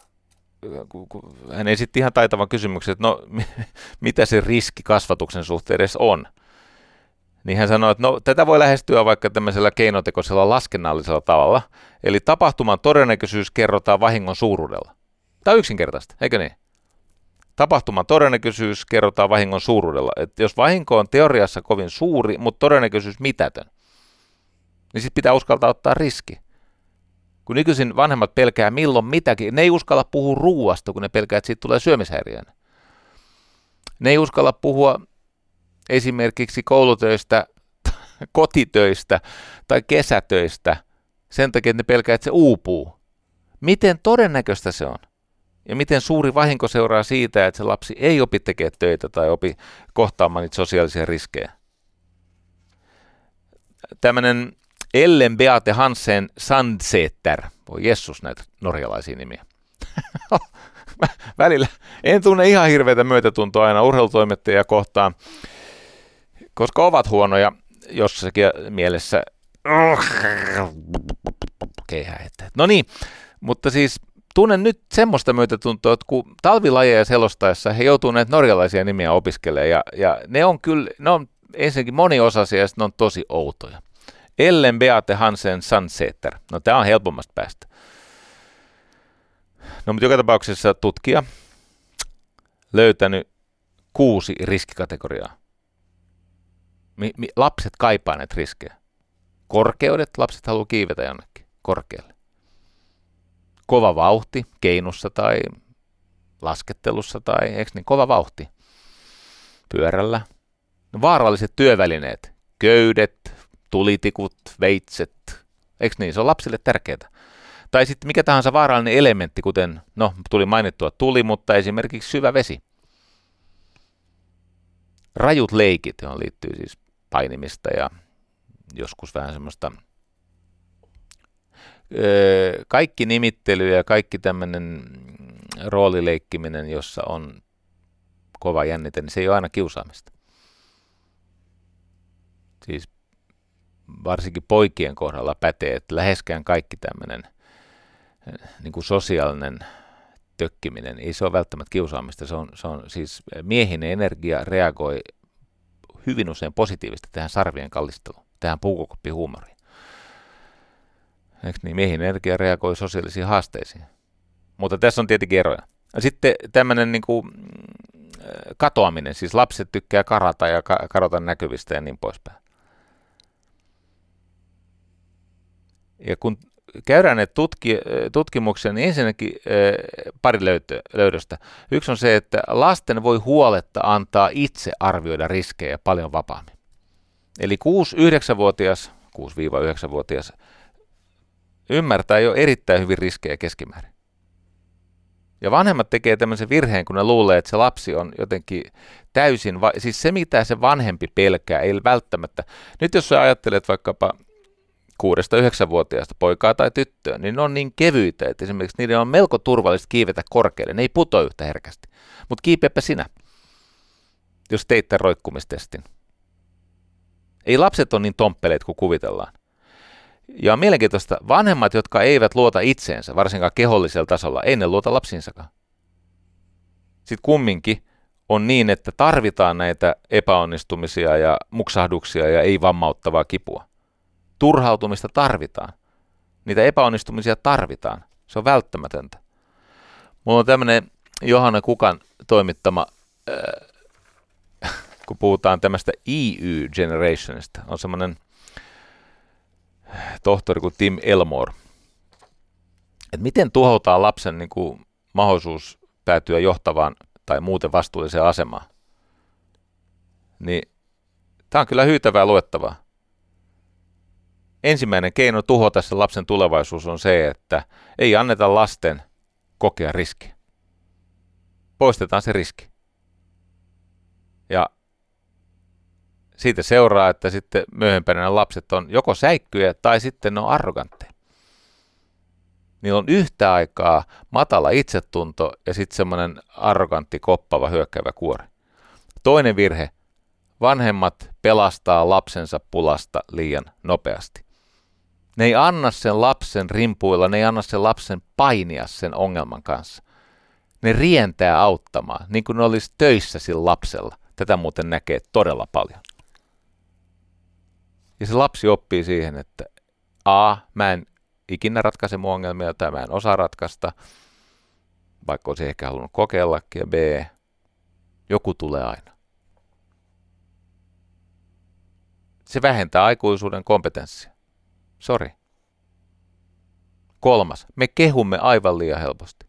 esitti ihan taitavan kysymyksen, että no mitä se riski kasvatuksen suhteen edes on. Niin hän sanoi, että no tätä voi lähestyä vaikka tämmöisellä keinotekoisella laskennallisella tavalla. Eli tapahtuman todennäköisyys kerrotaan vahingon suuruudella. Tämä on yksinkertaista, eikö niin? Tapahtuman todennäköisyys kerrotaan vahingon suuruudella. Että jos vahinko on teoriassa kovin suuri, mutta todennäköisyys mitätön, niin sitten pitää uskaltaa ottaa riski. Kun nykyisin vanhemmat pelkää milloin mitäkin, ne ei uskalla puhua ruuasta, kun ne pelkää, että siitä tulee syömishäiriöinen. Ne ei uskalla puhua esimerkiksi koulutöistä, kotitöistä tai kesätöistä sen takia, että ne pelkää, että se uupuu. Miten todennäköistä se on? Ja miten suuri vahinko seuraa siitä, että se lapsi ei opi tekemään töitä tai opi kohtaamaan niitä sosiaalisia riskejä? Tämmöinen Ellen Beate Hansen Sandsäter. Voi Jessus näitä norjalaisia nimiä. Välillä en tunne ihan hirveätä myötätuntoa aina urheilutoimittajia kohtaan, koska ovat huonoja jossakin mielessä. No niin, mutta siis tunnen nyt semmoista myötätuntoa, että kun talvilajeja selostaessa he joutuu näitä norjalaisia nimiä opiskelemaan, ja ne on ensinnäkin moniosaisia ja ne on tosi outoja. Ellen Beate Hansen Sandsäter. No tää on helpommasta päästä. No mutta joka tapauksessa tutkija löytänyt 6 riskikategoriaa. Lapset kaipaa näitä riskejä. Korkeudet, lapset haluaa kiivetä jonnekin korkealle. Kova vauhti keinussa tai laskettelussa tai eikö niin, kova vauhti pyörällä. No, vaaralliset työvälineet, köydet, tulitikut, veitset, eikö niin, se on lapsille tärkeää. Tai sitten mikä tahansa vaarallinen elementti, kuten, no tuli mainittua tuli, mutta esimerkiksi syvä vesi. Rajut leikit, johon liittyy siis painimista ja joskus vähän semmoista kaikki nimittely ja kaikki tämmöinen roolileikkiminen, jossa on kova jännite, niin se ei ole aina kiusaamista. Siis varsinkin poikien kohdalla pätee, että läheskään kaikki tämmöinen niin kuin sosiaalinen tökkiminen, ei se ole välttämättä kiusaamista. Se on siis miehinen energia reagoi hyvin usein positiivisesti tähän sarvien kallisteluun, tähän puukoppihuumoriin. Eikö niin? Miehinen energia reagoi sosiaalisiin haasteisiin. Mutta tässä on tietenkin eroja. Sitten tämmöinen niin kuin katoaminen, siis lapset tykkää karata ja karota näkyvistä ja niin poispäin. Ja kun käydään näitä tutkimuksia, niin ensinnäkin pari löydöstä. Yksi on se, että lasten voi huoletta antaa itse arvioida riskejä paljon vapaammin. Eli 6-9-vuotias ymmärtää jo erittäin hyvin riskejä keskimäärin. Ja vanhemmat tekee tämmöisen virheen, kun ne luulee, että se lapsi on jotenkin täysin, siis se mitä se vanhempi pelkää, ei välttämättä. Nyt jos sä ajattelet vaikkapa 6-9-vuotiaasta poikaa tai tyttöä, niin ne on niin kevyitä, että esimerkiksi niiden on melko turvallista kiivetä korkealle. Ne ei putoa yhtä herkästi. Mutta kiipeäpä sinä, jos teit tämän roikkumistestin. Ei lapset ole niin tomppeleet kuin kuvitellaan. Ja on mielenkiintoista, vanhemmat, jotka eivät luota itseensä, varsinkaan kehollisella tasolla, ei ne luota lapsiinsakaan. Sitten kumminkin on niin, että tarvitaan näitä epäonnistumisia ja muksahduksia ja ei vammauttavaa kipua. Turhautumista tarvitaan. Niitä epäonnistumisia tarvitaan. Se on välttämätöntä. Mulla on tämmöinen Johanna Kukan toimittama, kun puhutaan tämmöistä EU-generationista, on semmoinen tohtori kuin Tim Elmore. Että miten tuhotaan lapsen niin kuin mahdollisuus päätyä johtavaan tai muuten vastuulliseen asemaan. Niin tämä on kyllä hyytävää luettavaa. Ensimmäinen keino tuhota sen lapsen tulevaisuus on se, että ei anneta lasten kokea riskiä. Poistetaan se riski. Ja siitä seuraa, että sitten myöhempänä ne lapset on joko säikkyjä tai sitten ne on arrogantteja. Niillä on yhtä aikaa matala itsetunto ja sitten semmoinen arrogantti, koppava, hyökkäävä kuori. Toinen virhe. Vanhemmat pelastaa lapsensa pulasta liian nopeasti. Ne ei anna sen lapsen rimpuilla, ne ei anna sen lapsen painia sen ongelman kanssa. Ne rientää auttamaan, niin kuin ne olisi töissä sillä lapsella. Tätä muuten näkee todella paljon. Ja se lapsi oppii siihen, että A, mä en ikinä ratkaise mun ongelmia tai mä en osaa ratkaista, vaikka olisi ehkä halunnut kokeillakin, ja B, joku tulee aina. Se vähentää aikuisuuden kompetenssia. Sori. 3. Me kehumme aivan liian helposti.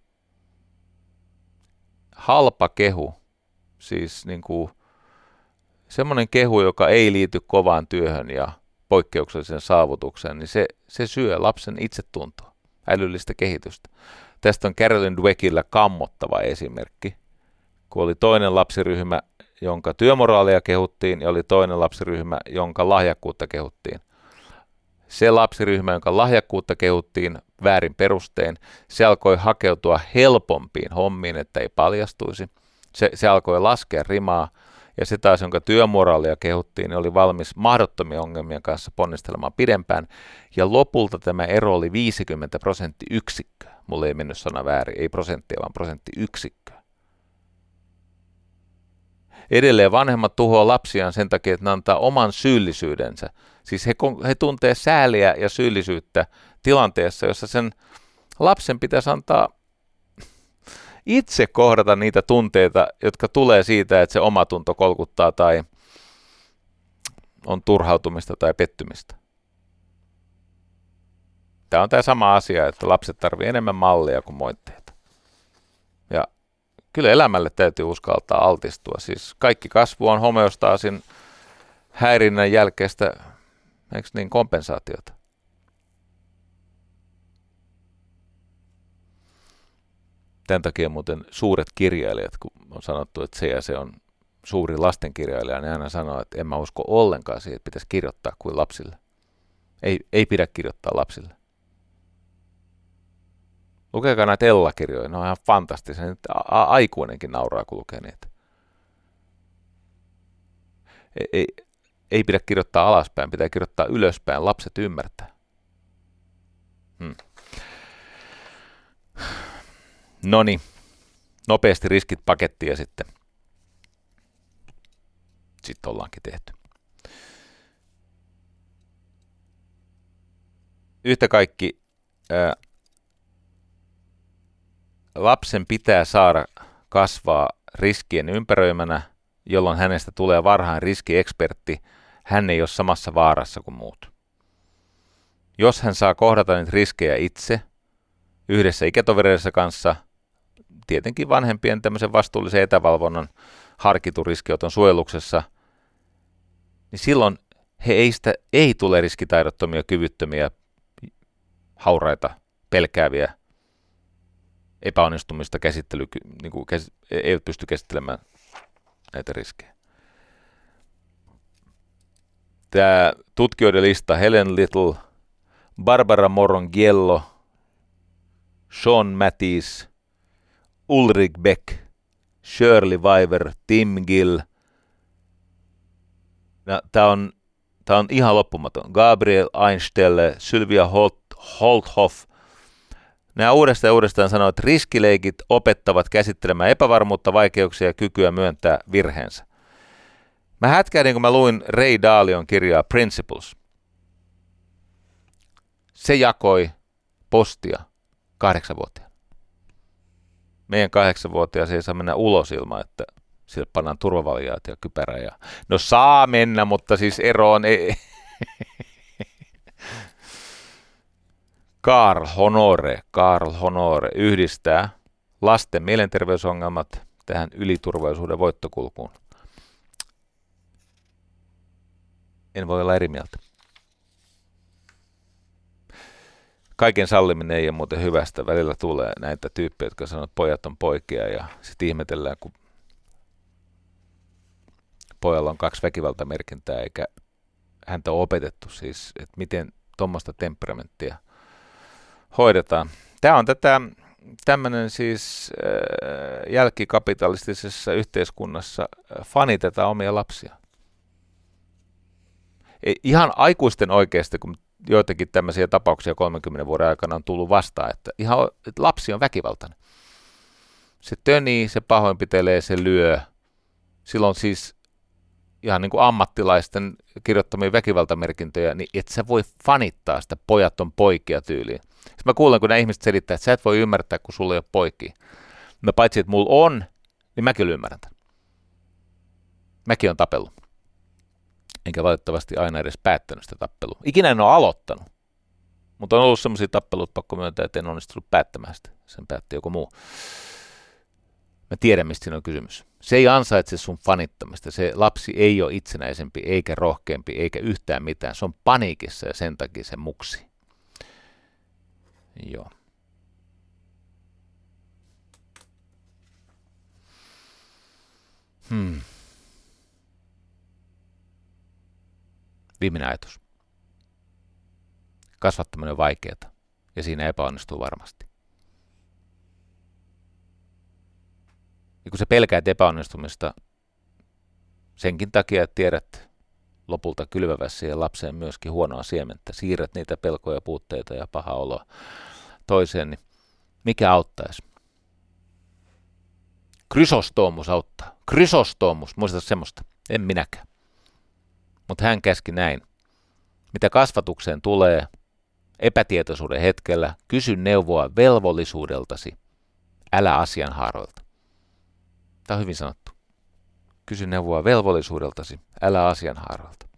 Halpa kehu, siis niin kuin semmoinen kehu, joka ei liity kovaan työhön ja poikkeukselliseen saavutukseen, niin se syö lapsen itsetuntoa, älyllistä kehitystä. Tästä on Carolyn Dweckillä kammottava esimerkki, kun oli toinen lapsiryhmä, jonka työmoraalia kehuttiin, ja oli toinen lapsiryhmä, jonka lahjakkuutta kehuttiin. Se lapsiryhmä, jonka lahjakkuutta kehuttiin väärin perustein, se alkoi hakeutua helpompiin hommiin, että ei paljastuisi. Se alkoi laskea rimaa, ja se taas, jonka työmoraalia kehuttiin, niin oli valmis mahdottomien ongelmien kanssa ponnistelemaan pidempään. Ja lopulta tämä ero oli 50 prosenttiyksikköä. Mulle ei mennyt sana väärin, ei prosenttia, vaan prosenttiyksikköä. Edelleen vanhemmat tuhoaa lapsiaan sen takia, että ne antaa oman syyllisyydensä. Siis he tuntee sääliä ja syyllisyyttä tilanteessa, jossa sen lapsen pitäisi antaa itse kohdata niitä tunteita, jotka tulee siitä, että se omatunto kolkuttaa tai on turhautumista tai pettymistä. Tämä on tämä sama asia, että lapset tarvitsevat enemmän mallia kuin moitteita. Ja kyllä elämälle täytyy uskaltaa altistua. Siis kaikki kasvu on homeostaasin häirinnän jälkeistä, eikö niin, kompensaatiota. Tämän takia muuten suuret kirjailijat, kun on sanottu, että se ja se on suuri lastenkirjailija, niin aina sanoo, että en mä usko ollenkaan siihen, että pitäisi kirjoittaa kuin lapsille. Ei pidä kirjoittaa lapsille. Lukekaa näitä Ella-kirjoja, ne on ihan fantastisia. Aikuinenkin nauraa, kun lukee niitä. Ei pidä kirjoittaa alaspäin, pitää kirjoittaa ylöspäin, lapset ymmärtää. Noniin, nopeasti riskit pakettiin ja sitten ollaankin tehty. Yhtä kaikki lapsen pitää saada kasvaa riskien ympäröimänä, jolloin hänestä tulee varhain riskiekspertti. Hän ei ole samassa vaarassa kuin muut. Jos hän saa kohdata niitä riskejä itse, yhdessä ikätovereiden kanssa, tietenkin vanhempien tämmöisen vastuullisen etävalvonnan harkitun riskioton suojeluksessa, niin silloin heistä ei tule riskitaidottomia, kyvyttömiä, hauraita, pelkääviä, epäonnistumista eivät pysty käsittelemään näitä riskejä. Tämä tutkijoiden lista: Helen Little, Barbara Morongiello, Sean Matthews, Ulrich Beck, Shirley Weaver, Tim Gill. Tämä on ihan loppumaton. Gabriel Einstelle, Sylvia Holthoff. Nämä uudestaan sanoo, että riskileikit opettavat käsittelemään epävarmuutta, vaikeuksia ja kykyä myöntää virheensä. Mä hätkähdin, kun mä luin Ray Dalion kirjaa Principles. Se jakoi postia 8-vuotiaana. Meidän 8-vuotias ei saa mennä ulos ilman, että sille pannaan turvavaljaat ja kypärä. No saa mennä, mutta siis eroon ei. Carl Honore yhdistää lasten mielenterveysongelmat tähän yliturvallisuuden voittokulkuun. En voi olla eri mieltä. Kaiken salliminen ei ole muuten hyvästä. Välillä tulee näitä tyyppejä, jotka sanoo, että pojat on poikia, ja sitten ihmetellään, kun pojalla on 2 väkivaltamerkintää, eikä häntä ole opetettu siis, että miten tuommoista temperamenttia hoidetaan. Tämä on tämmöinen siis jälkikapitalistisessa yhteiskunnassa fanitetaan omia lapsia. Ihan aikuisten oikeasti, kun joitakin tämmöisiä tapauksia 30 vuoden aikana on tullut vastaan, että lapsi on väkivaltainen. Se tönii, se pahoinpitelee, se lyö. Silloin siis ihan niin kuin ammattilaisten kirjoittamia väkivaltamerkintöjä, niin et sä voi fanittaa sitä pojat on poikia tyyliin. Sitten mä kuulen, kun nämä ihmiset selittää, että sä et voi ymmärtää, kun sulla ei ole poikia. No paitsi, että mulla on, niin mä kyllä ymmärrän tämän. Mäkin on tapellut. Enkä valitettavasti aina edes päättänyt sitä tappelua. Ikinä en ole aloittanut. Mutta on ollut sellaisia tappeluita, pakko myöntää, että en onnistunut päättämään sitä. Sen päätti joku muu. Mä tiedän, mistä siinä on kysymys. Se ei ansaitse sun fanittamista. Se lapsi ei ole itsenäisempi, eikä rohkeampi, eikä yhtään mitään. Se on paniikissa ja sen takia se muksi. Joo. Viimeinen ajatus. Kasvattaminen on vaikeaa ja siinä epäonnistuu varmasti. Ja kun sä pelkäät epäonnistumista senkin takia, että tiedät lopulta kylvävässä siihen lapseen myöskin huonoa siementä, siirrät niitä pelkoja, puutteita ja pahaa oloa toiseen, niin mikä auttaisi? Chrysostomos auttaa. Chrysostomos, muista semmoista. En minäkään. Mutta hän käski näin. Mitä kasvatukseen tulee, epätietoisuuden hetkellä, kysy neuvoa velvollisuudeltasi, älä asianhaaroilta. Tämä on hyvin sanottu. Kysy neuvoa velvollisuudeltasi, älä asianhaaroilta.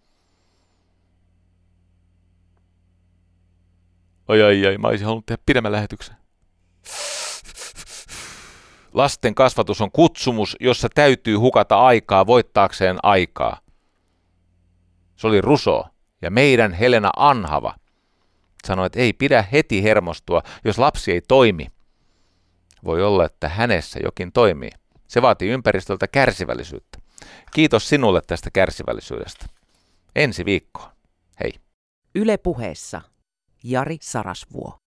Ai, mä olisin halunnut tehdä pidemmän lähetyksen. Lasten kasvatus on kutsumus, jossa täytyy hukata aikaa voittaakseen aikaa. Se oli Rousseau ja meidän Helena Anhava sanoi, että ei pidä heti hermostua, jos lapsi ei toimi. Voi olla, että hänessä jokin toimii. Se vaatii ympäristöltä kärsivällisyyttä. Kiitos sinulle tästä kärsivällisyydestä. Ensi viikkoon. Hei. Yle Puheessa Jari Sarasvuo.